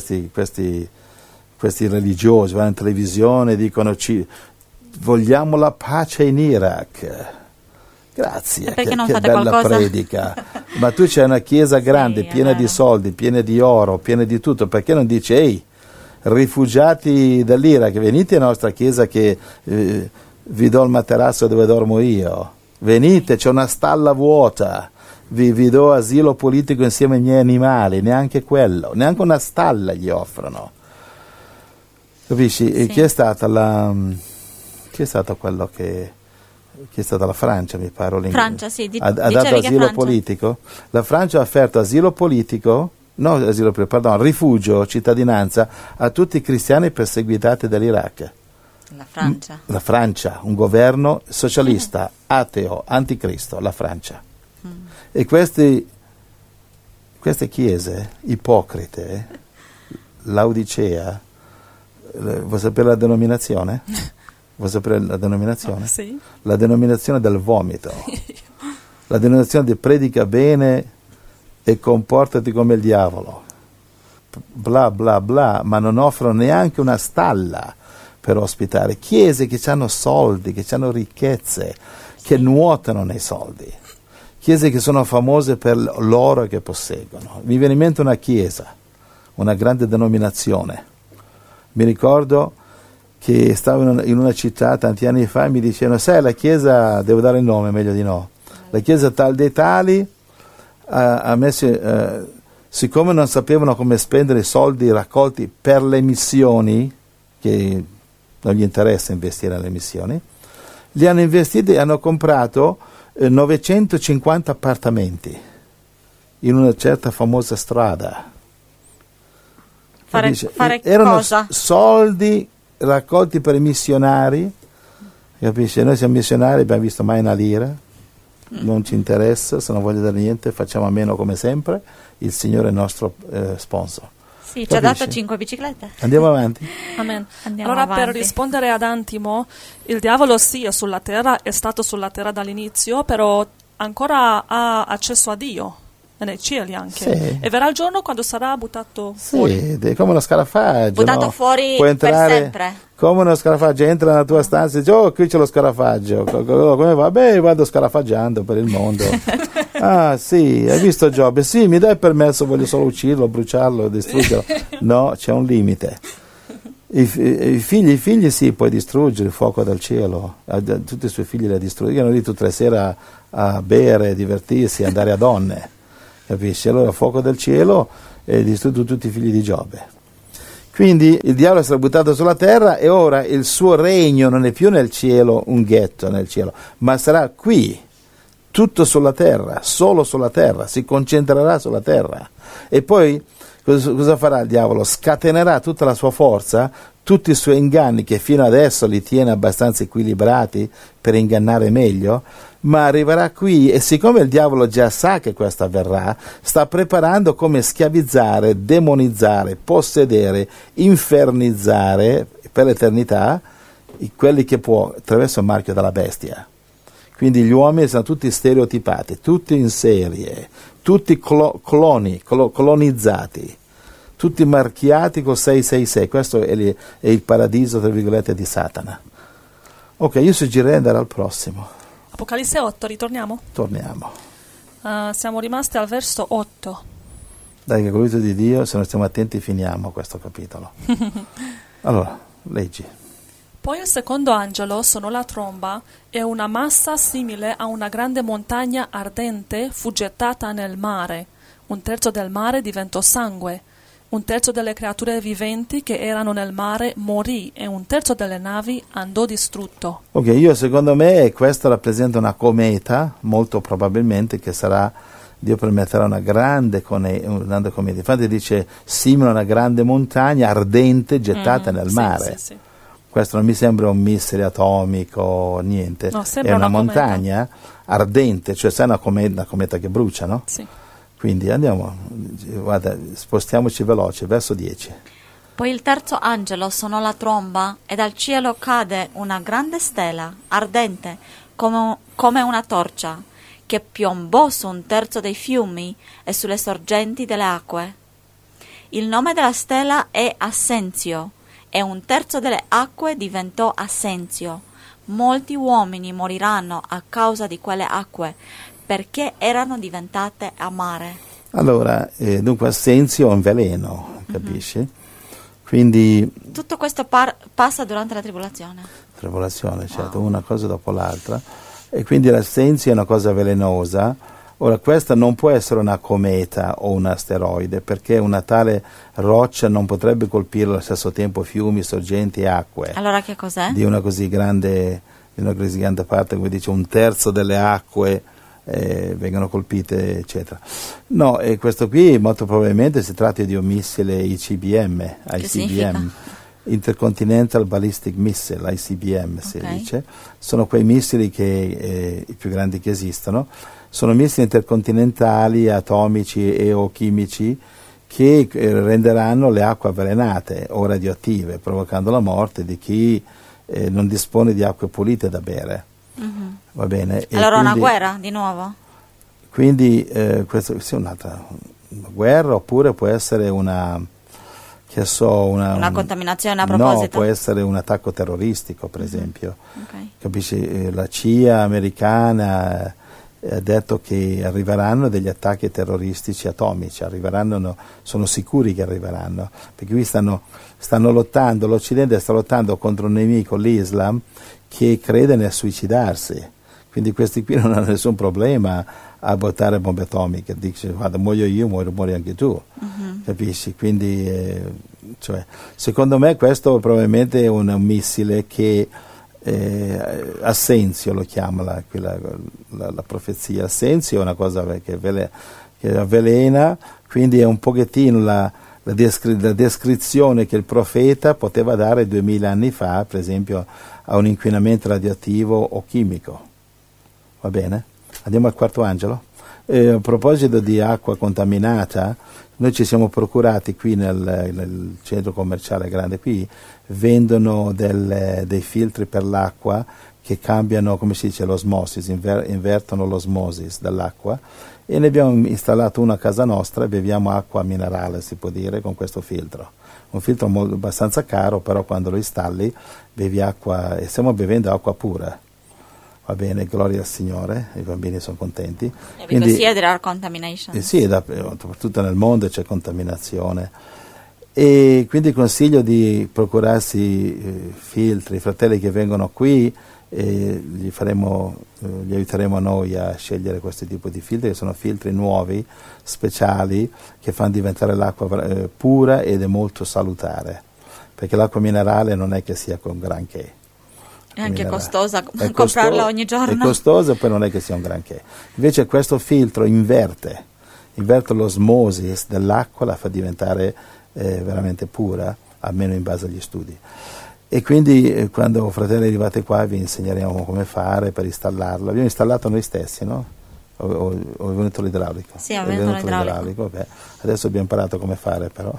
religiosi vanno in televisione e dicono: vogliamo la pace in Iraq. Grazie, che bella qualcosa? Predica. Ma tu c'hai una chiesa grande, piena di soldi, piena di oro, piena di tutto, perché non dici: ehi, rifugiati dall'Iraq, venite alla nostra chiesa che vi do il materasso dove dormo io, venite, c'è una stalla vuota, vi do asilo politico insieme ai miei animali, neanche quello, neanche una stalla gli offrono, capisci? Sì. Chi è stata quello che è stata la Francia, mi pare, Francia, sì, ha dato asilo politico, la Francia ha offerto asilo politico, rifugio, cittadinanza a tutti i cristiani perseguitati dall'Iraq. La Francia, un governo socialista, ateo, anticristo, la Francia. E queste chiese ipocrite, Laodicea, vuoi sapere la denominazione? Vuoi sapere la denominazione? Sì. La denominazione del vomito, la denominazione di predica bene e comportati come il diavolo, bla bla bla, ma non offrono neanche una stalla per ospitare. Chiese che hanno soldi, che hanno ricchezze, che nuotano nei soldi, chiese che sono famose per l'oro che posseggono. Mi viene in mente una chiesa, una grande denominazione. Mi ricordo che stavo in una città tanti anni fa e mi dicevano: sai, la chiesa, devo dare il nome, meglio di no, la chiesa tal dei tali ha messo, siccome non sapevano come spendere i soldi raccolti per le missioni, che non gli interessa investire nelle missioni, li hanno investiti e hanno comprato 950 appartamenti in una certa famosa strada. Fare erano cosa? Soldi raccolti per i missionari, capisci? Noi siamo missionari, abbiamo visto mai una lira. Non ci interessa, se non voglio dare niente facciamo a meno come sempre, il Signore è il nostro sponsor. Sì, ci ha dato 5 biciclette. Andiamo avanti. Amen. Andiamo allora avanti. Per rispondere ad Antimo, il diavolo sì è sulla terra, è stato sulla terra dall'inizio, però ancora ha accesso a Dio, nei cieli anche. Sì. E verrà il giorno quando sarà buttato fuori. Sì, come uno scarafaggio. Buttato fuori può entrare, per sempre. Come uno scarafaggio, entra nella tua stanza e dice: oh, qui c'è lo scarafaggio. Come va? Beh, vado scarafaggiando per il mondo. Ah, sì, hai visto Giobbe? Sì, mi dai permesso, voglio solo ucciderlo, bruciarlo, distruggerlo. No, c'è un limite. I figli sì, puoi distruggere il fuoco dal cielo. Tutti i suoi figli li distruggono lì tutte le sere a bere, divertirsi, andare a donne. Capisci? Allora il fuoco del cielo è distrutto tutti i figli di Giobbe. Quindi il diavolo sarà buttato sulla terra e ora il suo regno non è più nel cielo, un ghetto nel cielo, ma sarà qui, tutto sulla terra, solo sulla terra, si concentrerà sulla terra. E poi cosa farà il diavolo? Scatenerà tutta la sua forza, tutti i suoi inganni, che fino adesso li tiene abbastanza equilibrati per ingannare meglio, ma arriverà qui e siccome il diavolo già sa che questo avverrà, sta preparando come schiavizzare, demonizzare, possedere, infernizzare per l'eternità quelli che può attraverso il marchio della bestia. Quindi gli uomini sono tutti stereotipati, tutti in serie, tutti colonizzati, tutti marchiati con 666. Questo è il paradiso, tra virgolette, di Satana. Ok, io suggerirei andare al prossimo. Apocalisse 8, ritorniamo? Torniamo. Siamo rimasti al verso 8. Dai, che con l'aiuto di Dio, se non stiamo attenti, finiamo questo capitolo. Allora, leggi. Poi il secondo angelo suonò la tromba e una massa simile a una grande montagna ardente fu gettata nel mare. 1/3 del mare diventò sangue. 1/3 delle creature viventi che erano nel mare morì e 1/3 delle navi andò distrutto. Ok, secondo me questo rappresenta una cometa, molto probabilmente che sarà, Dio permetterà una grande cometa. Infatti dice simile a una grande montagna ardente gettata nel mare. Sì. Questo non mi sembra un missile atomico, niente. No, è una montagna ardente, cioè sai una cometa che brucia, no? Sì. Quindi andiamo, guarda, spostiamoci veloci, verso 10. Poi il terzo angelo suonò la tromba e dal cielo cade una grande stella, ardente, come una torcia, che piombò su 1/3 dei fiumi e sulle sorgenti delle acque. Il nome della stella è Assenzio, e 1/3 delle acque diventò Assenzio. Molti uomini moriranno a causa di quelle acque, perché erano diventate amare. Allora, dunque Assenzio è un veleno, capisci? Quindi tutto questo passa durante la tribolazione. Tribolazione, certo, una cosa dopo l'altra. E quindi l'Assenzio è una cosa velenosa. Ora, questa non può essere una cometa o un asteroide, perché una tale roccia non potrebbe colpire allo stesso tempo fiumi, sorgenti e acque. Allora che cos'è? Di una così grande parte, come dice, 1/3 delle acque vengono colpite, eccetera. No, e questo qui molto probabilmente si tratta di un missile ICBM, Intercontinental Ballistic Missile, ICBM si dice. Sono quei missili che i più grandi che esistono. Sono missili intercontinentali, atomici e o chimici che renderanno le acque avvelenate o radioattive, provocando la morte di chi non dispone di acque pulite da bere. Va bene? Allora quindi, una guerra di nuovo? Quindi questa è un'altra guerra, oppure può essere una contaminazione a proposito? No, può essere un attacco terroristico, per esempio. Capisci? La CIA americana ha detto che arriveranno degli attacchi terroristici atomici, sono sicuri che arriveranno, perché qui stanno lottando, l'Occidente sta lottando contro un nemico, l'Islam, che crede nel suicidarsi, quindi questi qui non hanno nessun problema a buttare bombe atomiche, dice guarda muoio io, muori anche tu, capisci? Quindi secondo me questo probabilmente è un missile che Assenzio lo chiama la profezia. Assenzio è una cosa che avvelena, quindi è un pochettino la descrizione che il profeta poteva dare 2000 anni fa, per esempio, a un inquinamento radioattivo o chimico. Va bene? Andiamo al quarto angelo. A proposito di acqua contaminata, noi ci siamo procurati qui nel centro commerciale grande qui, vendono dei filtri per l'acqua che cambiano, come si dice, l'osmosis, invertono l'osmosis dell'acqua, e ne abbiamo installato una a casa nostra e beviamo acqua minerale, si può dire, con questo filtro. Un filtro abbastanza caro, però quando lo installi bevi acqua, e stiamo bevendo acqua pura. Va bene, gloria al Signore, i bambini sono contenti. Quindi there are contamination. Sì, soprattutto nel mondo c'è contaminazione. E quindi consiglio di procurarsi filtri. I fratelli che vengono qui, gli aiuteremo noi a scegliere questo tipo di filtri, che sono filtri nuovi, speciali, che fanno diventare l'acqua pura ed è molto salutare, perché l'acqua minerale non è che sia con granché. È anche costosa, comprarla ogni giorno. È costosa e poi non è che sia un granché. Invece questo filtro inverte l'osmosis dell'acqua, la fa diventare veramente pura almeno in base agli studi. E quindi quando fratelli arrivate qua vi insegneremo come fare per installarlo. Abbiamo installato noi stessi, no? O è venuto l'idraulico? Sì, è venuto l'idraulico. Beh, adesso abbiamo imparato come fare però.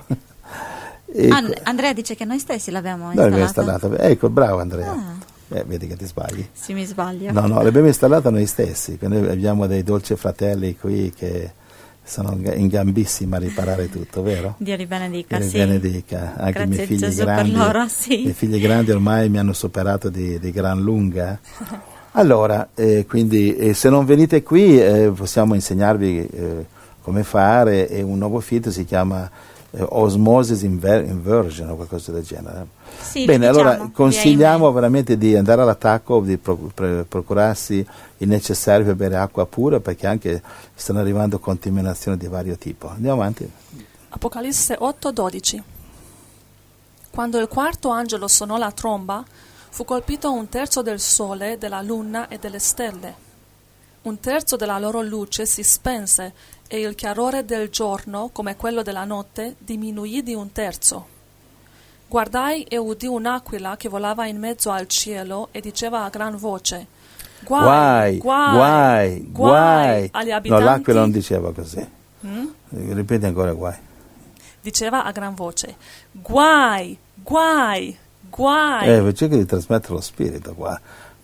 Andrea dice che noi stessi l'abbiamo installato. Noi l'abbiamo installato. Ecco, bravo Andrea. Vedi che ti sbagli. Sì, mi sbaglio. No, l'abbiamo installata noi stessi. Noi abbiamo dei dolci fratelli qui che sono in gambissima a riparare tutto, vero? Dio li benedica, Dio li sì. benedica. Anche grazie i miei figli Gesù grandi, per loro, sì. I miei figli grandi ormai mi hanno superato di gran lunga. Allora, quindi se non venite qui possiamo insegnarvi come fare, e un nuovo fit si chiama Osmosis Inversion o qualcosa del genere. Sì, bene, diciamo, allora consigliamo veramente di andare all'attacco, di procurarsi il necessario per bere acqua pura, perché anche stanno arrivando contaminazioni di vario tipo. Andiamo avanti. Apocalisse 8:12. Quando il quarto angelo suonò la tromba, fu colpito 1/3 del sole, della luna e delle stelle. 1/3 della loro luce si spense e il chiarore del giorno, come quello della notte, diminuì di 1/3. Guardai e udì un'aquila che volava in mezzo al cielo e diceva a gran voce: Guai, guai, guai agli abitanti. No, l'aquila non diceva così. Ripeti ancora guai. Diceva a gran voce: Guai, guai, guai. Cerca di trasmettere lo spirito qua.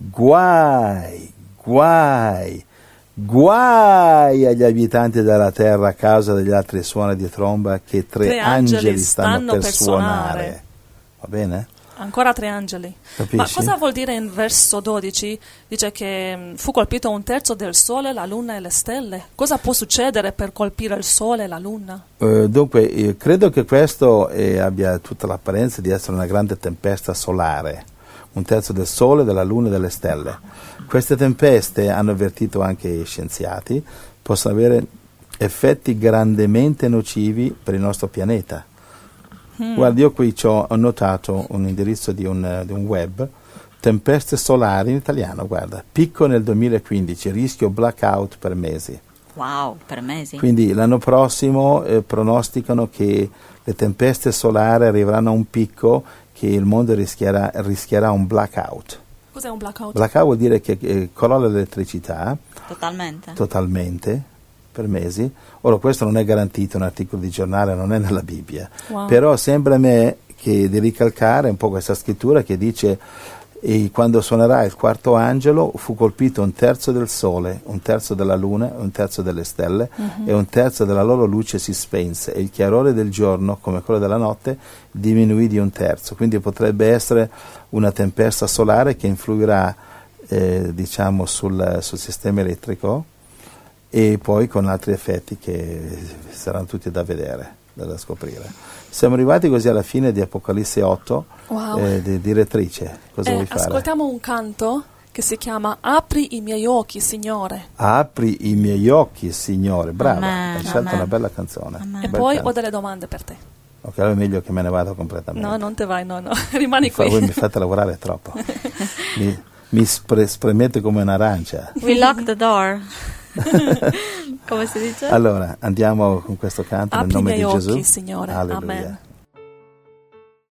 Guai, guai, guai agli abitanti della terra a causa degli altri suoni di tromba che tre angeli stanno per suonare. Va bene? Ancora 3 angeli. Capisci? Ma cosa vuol dire in verso 12? Dice che fu colpito 1/3 del sole, la luna e le stelle. Cosa può succedere per colpire il sole e la luna? Dunque, io credo che questo abbia tutta l'apparenza di essere una grande tempesta solare. 1/3 del sole, della luna e delle stelle. Queste tempeste, hanno avvertito anche i scienziati, possono avere effetti grandemente nocivi per il nostro pianeta. Guardi, io qui ho notato un indirizzo di un web, tempeste solari in italiano, guarda, picco nel 2015, rischio blackout per mesi. Wow, per mesi. Quindi l'anno prossimo pronosticano che le tempeste solari arriveranno a un picco, che il mondo rischierà un blackout. Cos'è un blackout? Blackout vuol dire che crolla l'elettricità. Totalmente, per mesi. Ora questo non è garantito, un articolo di giornale, non è nella Bibbia. Wow. Però sembra a me di ricalcare un po' questa scrittura che dice: e quando suonerà il quarto angelo fu colpito 1/3 del sole, 1/3 della luna, 1/3 delle stelle, e 1/3 della loro luce si spense, e il chiarore del giorno, come quello della notte, diminuì di 1/3. Quindi potrebbe essere una tempesta solare che influirà diciamo sul sistema elettrico, e poi con altri effetti che saranno tutti da vedere, da scoprire. Siamo arrivati così alla fine di Apocalisse 8. Wow. Direttrice, cosa vuoi fare? Ascoltiamo un canto che si chiama Apri i miei occhi, Signore. Apri i miei occhi, Signore. Brava, hai scelto Amen. una bella canzone. E poi ho delle domande per te. Ok, allora è meglio che me ne vado completamente. No, non te vai, no. Rimani qui. Voi mi fate lavorare troppo. mi spremete come un'arancia. We lock the door. Come si dice? Allora, andiamo con questo canto nel nome di Gesù. Apri i miei occhi, Signore. Alleluia. Amen.